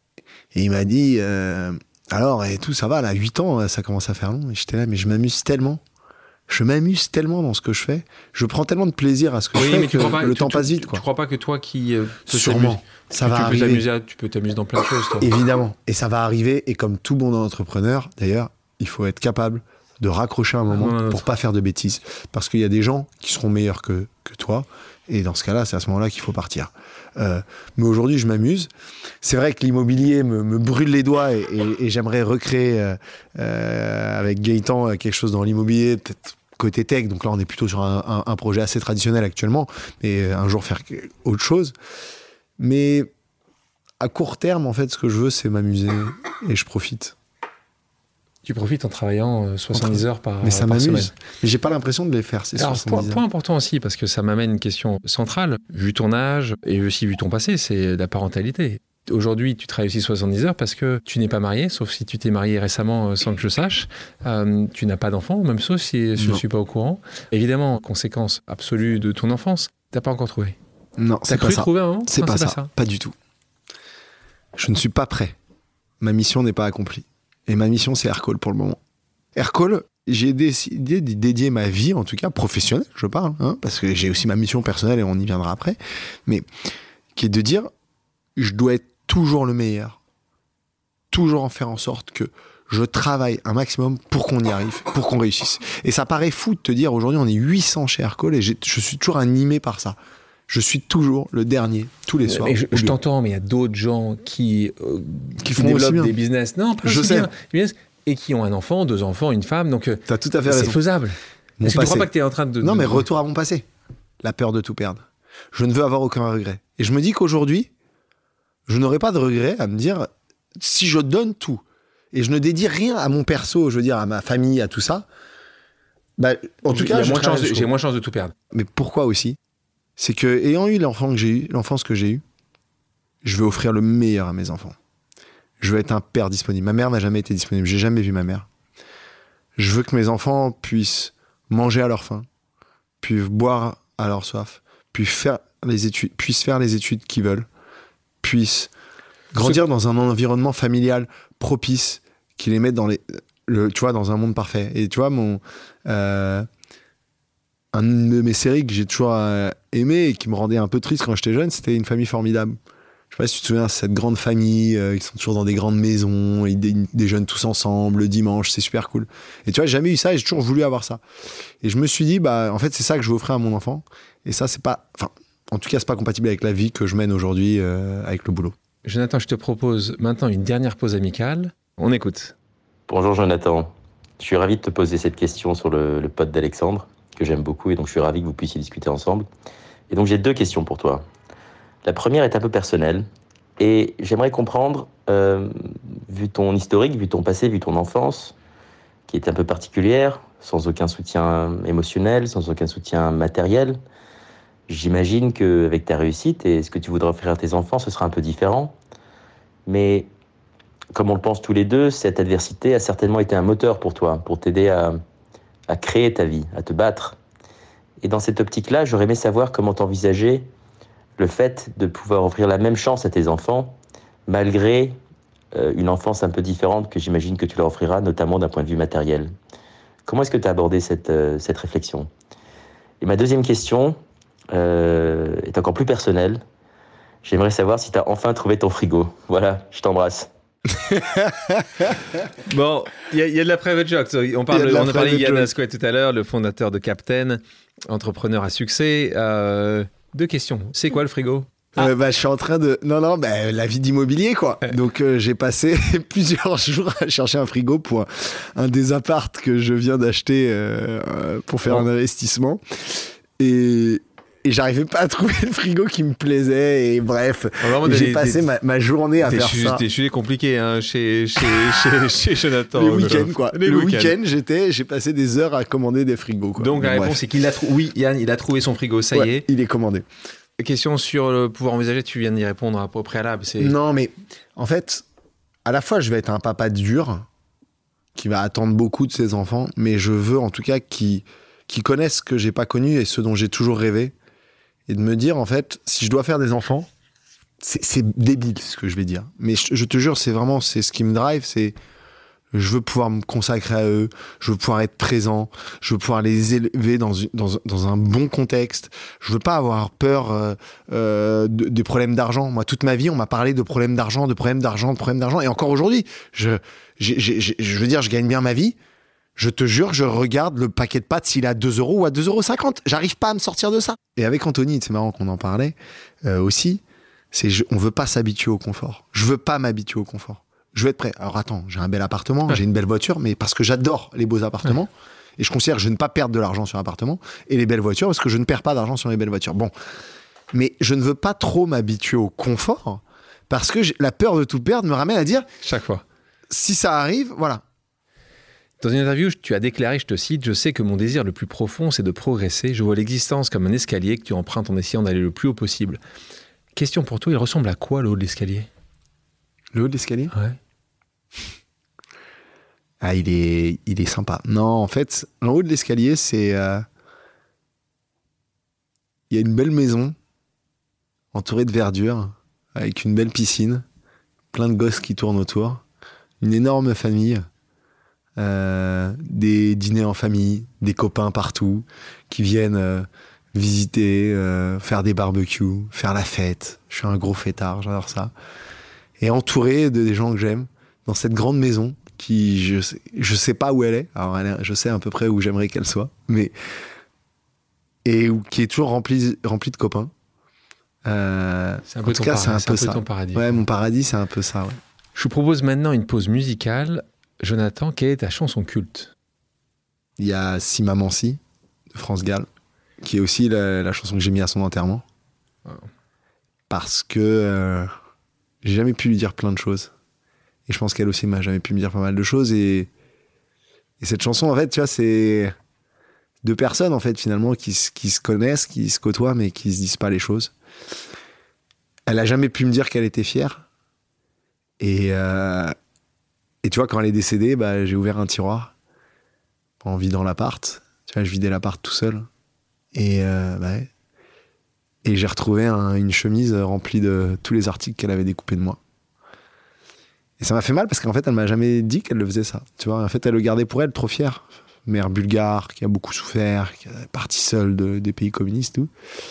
et il m'a dit euh, alors, et tout, ça va, là, huit ans, ça commence à faire long. Et j'étais là, mais je m'amuse tellement. Je m'amuse tellement dans ce que je fais. Je prends tellement de plaisir à ce que Oui, je fais mais tu que crois pas, le tu- temps tu- passe vite, Tu quoi. crois pas que toi qui. euh, peux Sûrement. t'amuser- Ça tu va peux arriver. t'amuser à- Tu peux t'amuser dans plein de choses, toi. Évidemment. Et ça va arriver. Et comme tout bon entrepreneur, d'ailleurs, il faut être capable de raccrocher un moment non, non, pour non. pas faire de bêtises. Parce qu'il y a des gens qui seront meilleurs que, que toi. Et dans ce cas-là, c'est à ce moment-là qu'il faut partir. Euh, mais aujourd'hui, je m'amuse. C'est vrai que l'immobilier me, me brûle les doigts et, et- et j'aimerais recréer euh, euh, avec Gaëtan euh, quelque chose dans l'immobilier, peut-être côté tech. Donc là, on est plutôt sur un, un- un projet assez traditionnel actuellement. Mais euh, un jour faire autre chose. Mais à court terme, en fait, ce que je veux, c'est m'amuser et je profite. Tu profites en travaillant euh, soixante-dix heures par, mais ça par m'amuse. semaine. Mais j'ai pas l'impression de les faire, ces Alors, soixante-dix point, heures. point important aussi, parce que ça m'amène une question centrale. Vu ton âge et aussi vu ton passé, c'est la parentalité. Aujourd'hui, tu travailles aussi soixante-dix heures parce que tu n'es pas marié, sauf si tu t'es marié récemment euh, sans que je sache. Euh, tu n'as pas d'enfant, même sauf si je ne suis pas au courant. Évidemment, conséquence absolue de ton enfance, tu n'as pas encore trouvé. Non, T'as c'est cru pas ça. trouver un moment? C'est Non, pas, c'est ça. pas ça. Pas du tout. Je ne suis pas prêt. Ma mission n'est pas accomplie. Et ma mission, c'est Aircall pour le moment. Aircall, j'ai décidé d'y dédier ma vie, en tout cas professionnelle, je parle, hein, parce que j'ai aussi ma mission personnelle et on y viendra après, mais qui est de dire, je dois être toujours le meilleur. Toujours en faire en sorte que je travaille un maximum pour qu'on y arrive, pour qu'on réussisse. Et ça paraît fou de te dire, aujourd'hui, on est huit cents chez Aircall et j'ai, je suis toujours animé par ça. Je suis toujours le dernier, tous les soirs. Mais je, je t'entends, mais il y a d'autres gens qui, euh, Qui font aussi développent bien. des business. Non, pas Je aussi sais. bien. Business, et qui ont un enfant, deux enfants, une femme. Donc, euh, T'as tout à fait c'est raison. faisable. Mon Est-ce que tu passé. crois pas que tu es en train de... Non, de- mais retour à mon passé. La peur de tout perdre. Je ne veux avoir aucun regret. Et je me dis qu'aujourd'hui, je n'aurai pas de regret à me dire, si je donne tout, et je ne dédie rien à mon perso, je veux dire, à ma famille, à tout ça, bah, en tout Il y cas, a je moins de travaille chances de- jusqu'au j'ai bout. moins de chances de tout perdre. Mais pourquoi aussi? C'est que, ayant eu l'enfant que j'ai eu, l'enfance que j'ai eue, je veux offrir le meilleur à mes enfants. Je veux être un père disponible. Ma mère n'a jamais été disponible. J'ai jamais vu ma mère. Je veux que mes enfants puissent manger à leur faim, puissent boire à leur soif, puissent faire les études, puissent faire les études qu'ils veulent, puissent grandir dans un environnement familial propice, qui les mette dans les, le, tu vois, dans un monde parfait. Et tu vois, mon, euh, un de mes séries que j'ai toujours euh, aimé et qui me rendait un peu triste quand j'étais jeune, c'était Une famille formidable. Je sais pas si tu te souviens, cette grande famille euh, qui sont toujours dans des grandes maisons, ils dé- déjeunent tous ensemble le dimanche, c'est super cool. Et tu vois, j'ai jamais eu ça et j'ai toujours voulu avoir ça. Et je me suis dit, bah, en fait, c'est ça que je veux offrir à mon enfant. Et ça, c'est pas, enfin, en tout cas, c'est pas compatible avec la vie que je mène aujourd'hui euh, avec le boulot. Jonathan, je te propose maintenant une dernière pause amicale. On écoute. Bonjour Jonathan, je suis ravi de te poser cette question sur le, le pod d'Alexandre, que j'aime beaucoup, et donc je suis ravi que vous puissiez discuter ensemble. Et donc j'ai deux questions pour toi. La première est un peu personnelle, et j'aimerais comprendre, euh, vu ton historique, vu ton passé, vu ton enfance, qui est un peu particulière, sans aucun soutien émotionnel, sans aucun soutien matériel, j'imagine qu'avec ta réussite et ce que tu voudras offrir à tes enfants, ce sera un peu différent. Mais comme on le pense tous les deux, cette adversité a certainement été un moteur pour toi, pour t'aider à, à créer ta vie, à te battre. Et dans cette optique-là, j'aurais aimé savoir comment t'envisageais le fait de pouvoir offrir la même chance à tes enfants, malgré euh, une enfance un peu différente que j'imagine que tu leur offriras, notamment d'un point de vue matériel. Comment est-ce que tu as abordé cette, euh, cette réflexion? Et ma deuxième question euh, est encore plus personnelle. J'aimerais savoir si tu as enfin trouvé ton frigo. Voilà, je t'embrasse. Bon, il y, a- il y a de la private joke. On, parle, Il y a de la on a parlé de private Yann joke. Asquet tout à l'heure, le fondateur de Captain, entrepreneur à succès. Euh, deux questions. C'est quoi le frigo? Euh, bah, je suis en train de... Non, non, bah, la vie d'immobilier, quoi. Donc, euh, j'ai passé plusieurs jours à chercher un frigo pour un, un des apparts que je viens d'acheter euh, euh, pour faire Oh. un investissement. Et... Et j'arrivais pas à trouver le frigo qui me plaisait. Et bref, Vraiment, j'ai des- passé des- ma, ma journée à Des faire sujets, ça. des sujets compliqués hein, chez, chez, chez, chez Jonathan. Les week-ends, quoi. Les le week-ends. week-end, j'étais, j'ai passé des heures à commander des frigos, quoi. Donc la Bref. réponse est qu'il a trouvé. Oui, Yann, il a trouvé son frigo, ça y Ouais, est. il est commandé. Question sur le pouvoir envisager, tu viens d'y répondre au préalable. C'est... Non, mais en fait, à la fois, je vais être un papa dur qui va attendre beaucoup de ses enfants, mais je veux en tout cas qu'ils qu'ils connaissent ce que j'ai pas connu et ce dont j'ai toujours rêvé. Et de me dire, en fait, si je dois faire des enfants, c'est, c'est débile ce que je vais dire. Mais je, je te jure, c'est vraiment c'est ce qui me drive, c'est je veux pouvoir me consacrer à eux, je veux pouvoir être présent, je veux pouvoir les élever dans, une- dans, dans un bon contexte. Je veux pas avoir peur euh, euh, de- des problèmes d'argent. Moi, toute ma vie, on m'a parlé de problèmes d'argent, de problèmes d'argent, de problèmes d'argent. Et encore aujourd'hui, je, j'ai- j'ai- j'ai- je veux dire, je gagne bien ma vie. Je te jure, je regarde le paquet de pâtes s'il est à deux euros ou à deux euros cinquante. J'arrive pas à me sortir de ça. Et avec Anthony, c'est marrant qu'on en parlait euh, aussi, c'est je, on veut pas s'habituer au confort. Je veux pas m'habituer au confort. Je veux être prêt. Alors attends, j'ai un bel appartement, Ouais. j'ai une belle voiture, mais parce que j'adore les beaux appartements. Et je considère que je ne pas perdre de l'argent sur l'appartement et les belles voitures parce que je ne perds pas d'argent sur les belles voitures. Bon, mais je ne veux pas trop m'habituer au confort parce que j'ai- la peur de tout perdre me ramène à dire Chaque fois. si ça arrive, voilà. Dans une interview, tu as déclaré, je te cite, « Je sais que mon désir le plus profond, c'est de progresser. Je vois l'existence comme un escalier que tu empruntes en essayant d'aller le plus haut possible. » Question pour toi, il ressemble à quoi le haut de l'escalier ? Le haut de l'escalier ? Ouais. Ah, il est, il est sympa. Non, en fait, en haut de l'escalier, c'est... Euh... Il y a une belle maison, entourée de verdure, avec une belle piscine, plein de gosses qui tournent autour, une énorme famille... Euh, des dîners en famille, des copains partout qui viennent euh, visiter, euh, faire des barbecues, faire la fête. Je suis un gros fêtard, j'adore ça. Et entouré de des gens que j'aime dans cette grande maison qui, je sais, je sais pas où elle est. Alors, elle est, je sais à peu près où j'aimerais qu'elle soit, mais et où, qui est toujours remplie remplie de copains. Euh, c'est un peu, en tout cas, c'est un peu, un peu ça. ton paradis. Ouais, mon paradis, c'est un peu ça. Ouais. Je vous propose maintenant une pause musicale. Jonathan, quelle est ta chanson culte ? Il y a Si Maman Si de France Gall, qui est aussi la, la chanson que j'ai mis à son enterrement. Wow. Parce que euh, j'ai jamais pu lui dire plein de choses. Et je pense qu'elle aussi m'a jamais pu me dire pas mal de choses. Et, et cette chanson, en fait, tu vois, c'est deux personnes, en fait, finalement, qui, qui se connaissent, qui se côtoient, mais qui se disent pas les choses. Elle a jamais pu me dire qu'elle était fière. Et... Euh, Et tu vois, quand elle est décédée, bah, j'ai ouvert un tiroir en vidant l'appart. Tu vois, je vidais l'appart tout seul. Et, euh, bah, et j'ai retrouvé un, une chemise remplie de tous les articles qu'elle avait découpés de moi. Et ça m'a fait mal parce qu'en fait, elle m'a jamais dit qu'elle le faisait ça. Tu vois, en fait, elle le gardait pour elle, trop fière. Mère bulgare, qui a beaucoup souffert, qui est partie seule de, des pays communistes, tout.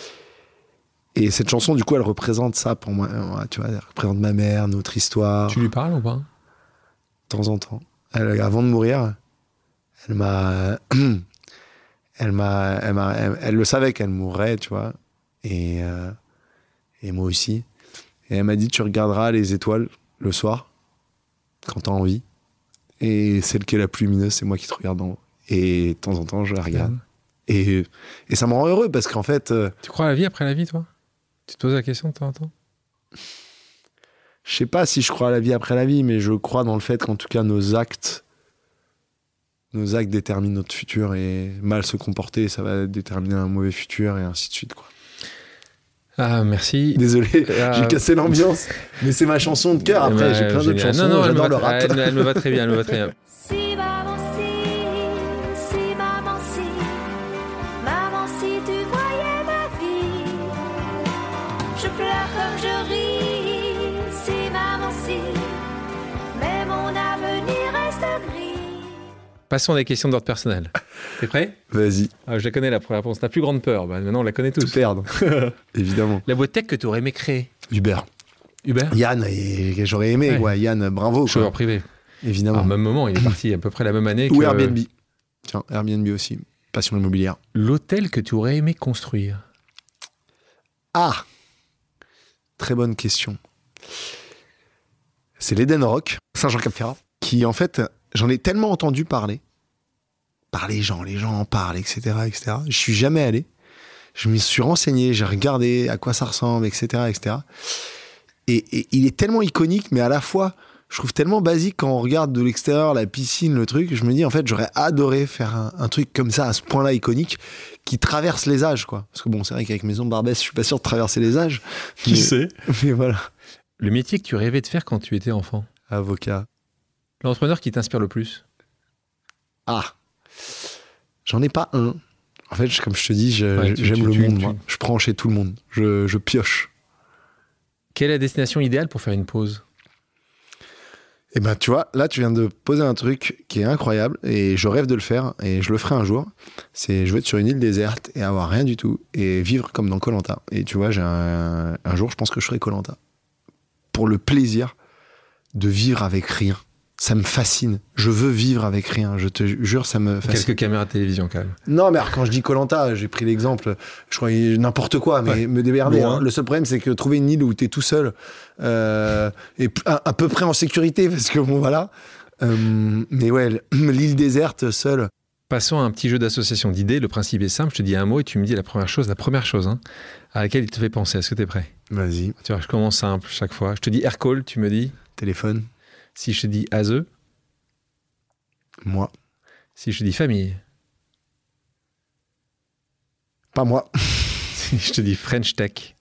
Et cette chanson, du coup, elle représente ça pour moi. Tu vois, elle représente ma mère, notre histoire. Tu lui parles ou pas ? De temps en temps. Elle, avant de mourir, elle m'a, elle m'a, elle m'a, elle, elle le savait qu'elle mourrait, tu vois, et euh, et moi aussi. Et elle m'a dit, tu regarderas les étoiles le soir quand t'as envie, et celle qui est la plus lumineuse, c'est moi qui te regarde en haut. Et de temps en temps, je la regarde. Mmh. Et et ça me rend heureux parce qu'en fait. Euh, tu crois à la vie après la vie, toi ? Tu te poses la question de temps en temps ? Je sais pas si je crois à la vie après la vie, mais je crois dans le fait qu'en tout cas nos actes, nos actes déterminent notre futur et mal se comporter, ça va déterminer un mauvais futur et ainsi de suite, quoi. Ah, merci. Désolé, ah, j'ai cassé l'ambiance, mais c'est ma chanson de cœur. Après, bah, j'ai plein d'autres chansons. Non, non, j'adore le rap. Elle, elle me va très bien, elle me va très bien. Si maman si, si maman si, maman si tu voyais ma vie, je pleure comme je ris. Passons à des questions d'ordre personnel. T'es prêt ? Vas-y. Ah, je la connais, la première réponse. Ta plus grande peur, bah, maintenant on la connaît tous. Tout perdre, évidemment. La boîte tech que tu aurais aimé créer ? Uber. Uber ? Yann, et j'aurais aimé, ouais. quoi. Yann, bravo. Chauffeur privé. Évidemment. Au même moment, il est parti à peu près la même année. Ou que... Airbnb. Tiens, Airbnb aussi. Passion immobilière. L'hôtel que tu aurais aimé construire ? Ah ! Très bonne question. C'est l'Eden Rock, Saint-Jean-Cap-Ferrat, qui en fait, j'en ai tellement entendu parler, par les gens, les gens en parlent, et cetera, et cetera. Je suis jamais allé. Je me suis renseigné, j'ai regardé à quoi ça ressemble, et cetera, et cetera. Et, et il est tellement iconique, mais à la fois, je trouve tellement basique quand on regarde de l'extérieur la piscine, le truc. Je me dis, en fait, j'aurais adoré faire un, un truc comme ça, à ce point-là iconique, qui traverse les âges, quoi. Parce que bon, c'est vrai qu'avec Maison de Barbès, je suis pas sûr de traverser les âges. Qui mais, sait ? Mais voilà. Le métier que tu rêvais de faire quand tu étais enfant ? Avocat. L'entrepreneur qui t'inspire le plus ? Ah, j'en ai pas un. En fait, comme je te dis, je, ouais, tu, j'aime tu, le tu, monde, tu... moi. Je prends chez tout le monde. Je, je pioche. Quelle est la destination idéale pour faire une pause ? Eh ben, tu vois, là, tu viens de poser un truc qui est incroyable et je rêve de le faire et je le ferai un jour. C'est, je veux être sur une île déserte et avoir rien du tout et vivre comme dans Koh-Lanta. Et tu vois, j'ai un, un jour, je pense que je ferai Koh-Lanta. Pour le plaisir de vivre avec rien. Ça me fascine. Je veux vivre avec rien. Je te jure, ça me fascine. Quelques caméras de télévision, quand même. Non, mais alors, quand je dis Koh-Lanta, j'ai pris l'exemple, je crois n'importe quoi, mais ouais. me démerder. Bon, hein. Le seul problème, c'est que trouver une île où t'es tout seul, euh, et à, à peu près en sécurité, parce que bon, voilà. Euh, mais ouais, l'île déserte, seule. Passons à un petit jeu d'association d'idées. Le principe est simple. Je te dis un mot et tu me dis la première chose, la première chose, hein, à laquelle il te fait penser. Est-ce que t'es prêt ? Vas-y. Tu vois, je commence simple chaque fois. Je te dis Aircall, tu me dis ? Téléphone. Si je te dis Aze ? Moi. Si je te dis famille. Pas moi. Si je te dis French Tech.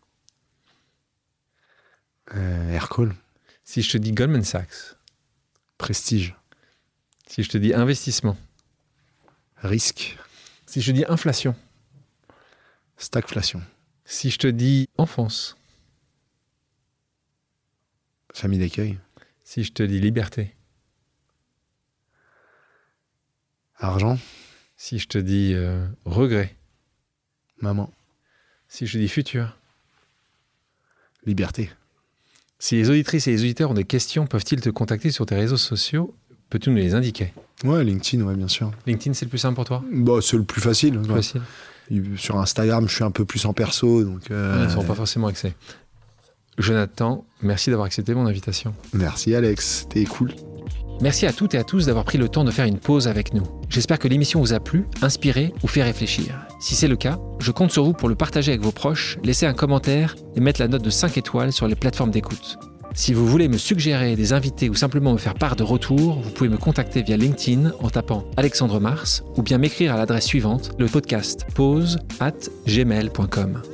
Euh, Aircall. Si je te dis Goldman Sachs. Prestige. Si je te dis investissement. Risque. Si je te dis inflation. Stagflation. Si je te dis enfance. Famille d'accueil. Si je te dis liberté. Argent. Si je te dis euh, regret. Maman. Si je te dis futur. Liberté. Si les auditrices et les auditeurs ont des questions, peuvent-ils te contacter sur tes réseaux sociaux? Peux-tu nous les indiquer? Ouais, LinkedIn, ouais, bien sûr. LinkedIn, c'est le plus simple pour toi? Bah, c'est le plus facile. Plus ouais. facile. Sur Instagram, je suis un peu plus en perso, donc... Euh... Ils ne sont pas forcément accès. Jonathan, merci d'avoir accepté mon invitation. Merci Alex, t'es cool. Merci à toutes et à tous d'avoir pris le temps de faire une pause avec nous. J'espère que l'émission vous a plu, inspiré ou fait réfléchir. Si c'est le cas, je compte sur vous pour le partager avec vos proches, laisser un commentaire et mettre la note de cinq étoiles sur les plateformes d'écoute. Si vous voulez me suggérer des invités ou simplement me faire part de retours, vous pouvez me contacter via LinkedIn en tapant Alexandre Mars ou bien m'écrire à l'adresse suivante, le podcast pause arobase gmail point com.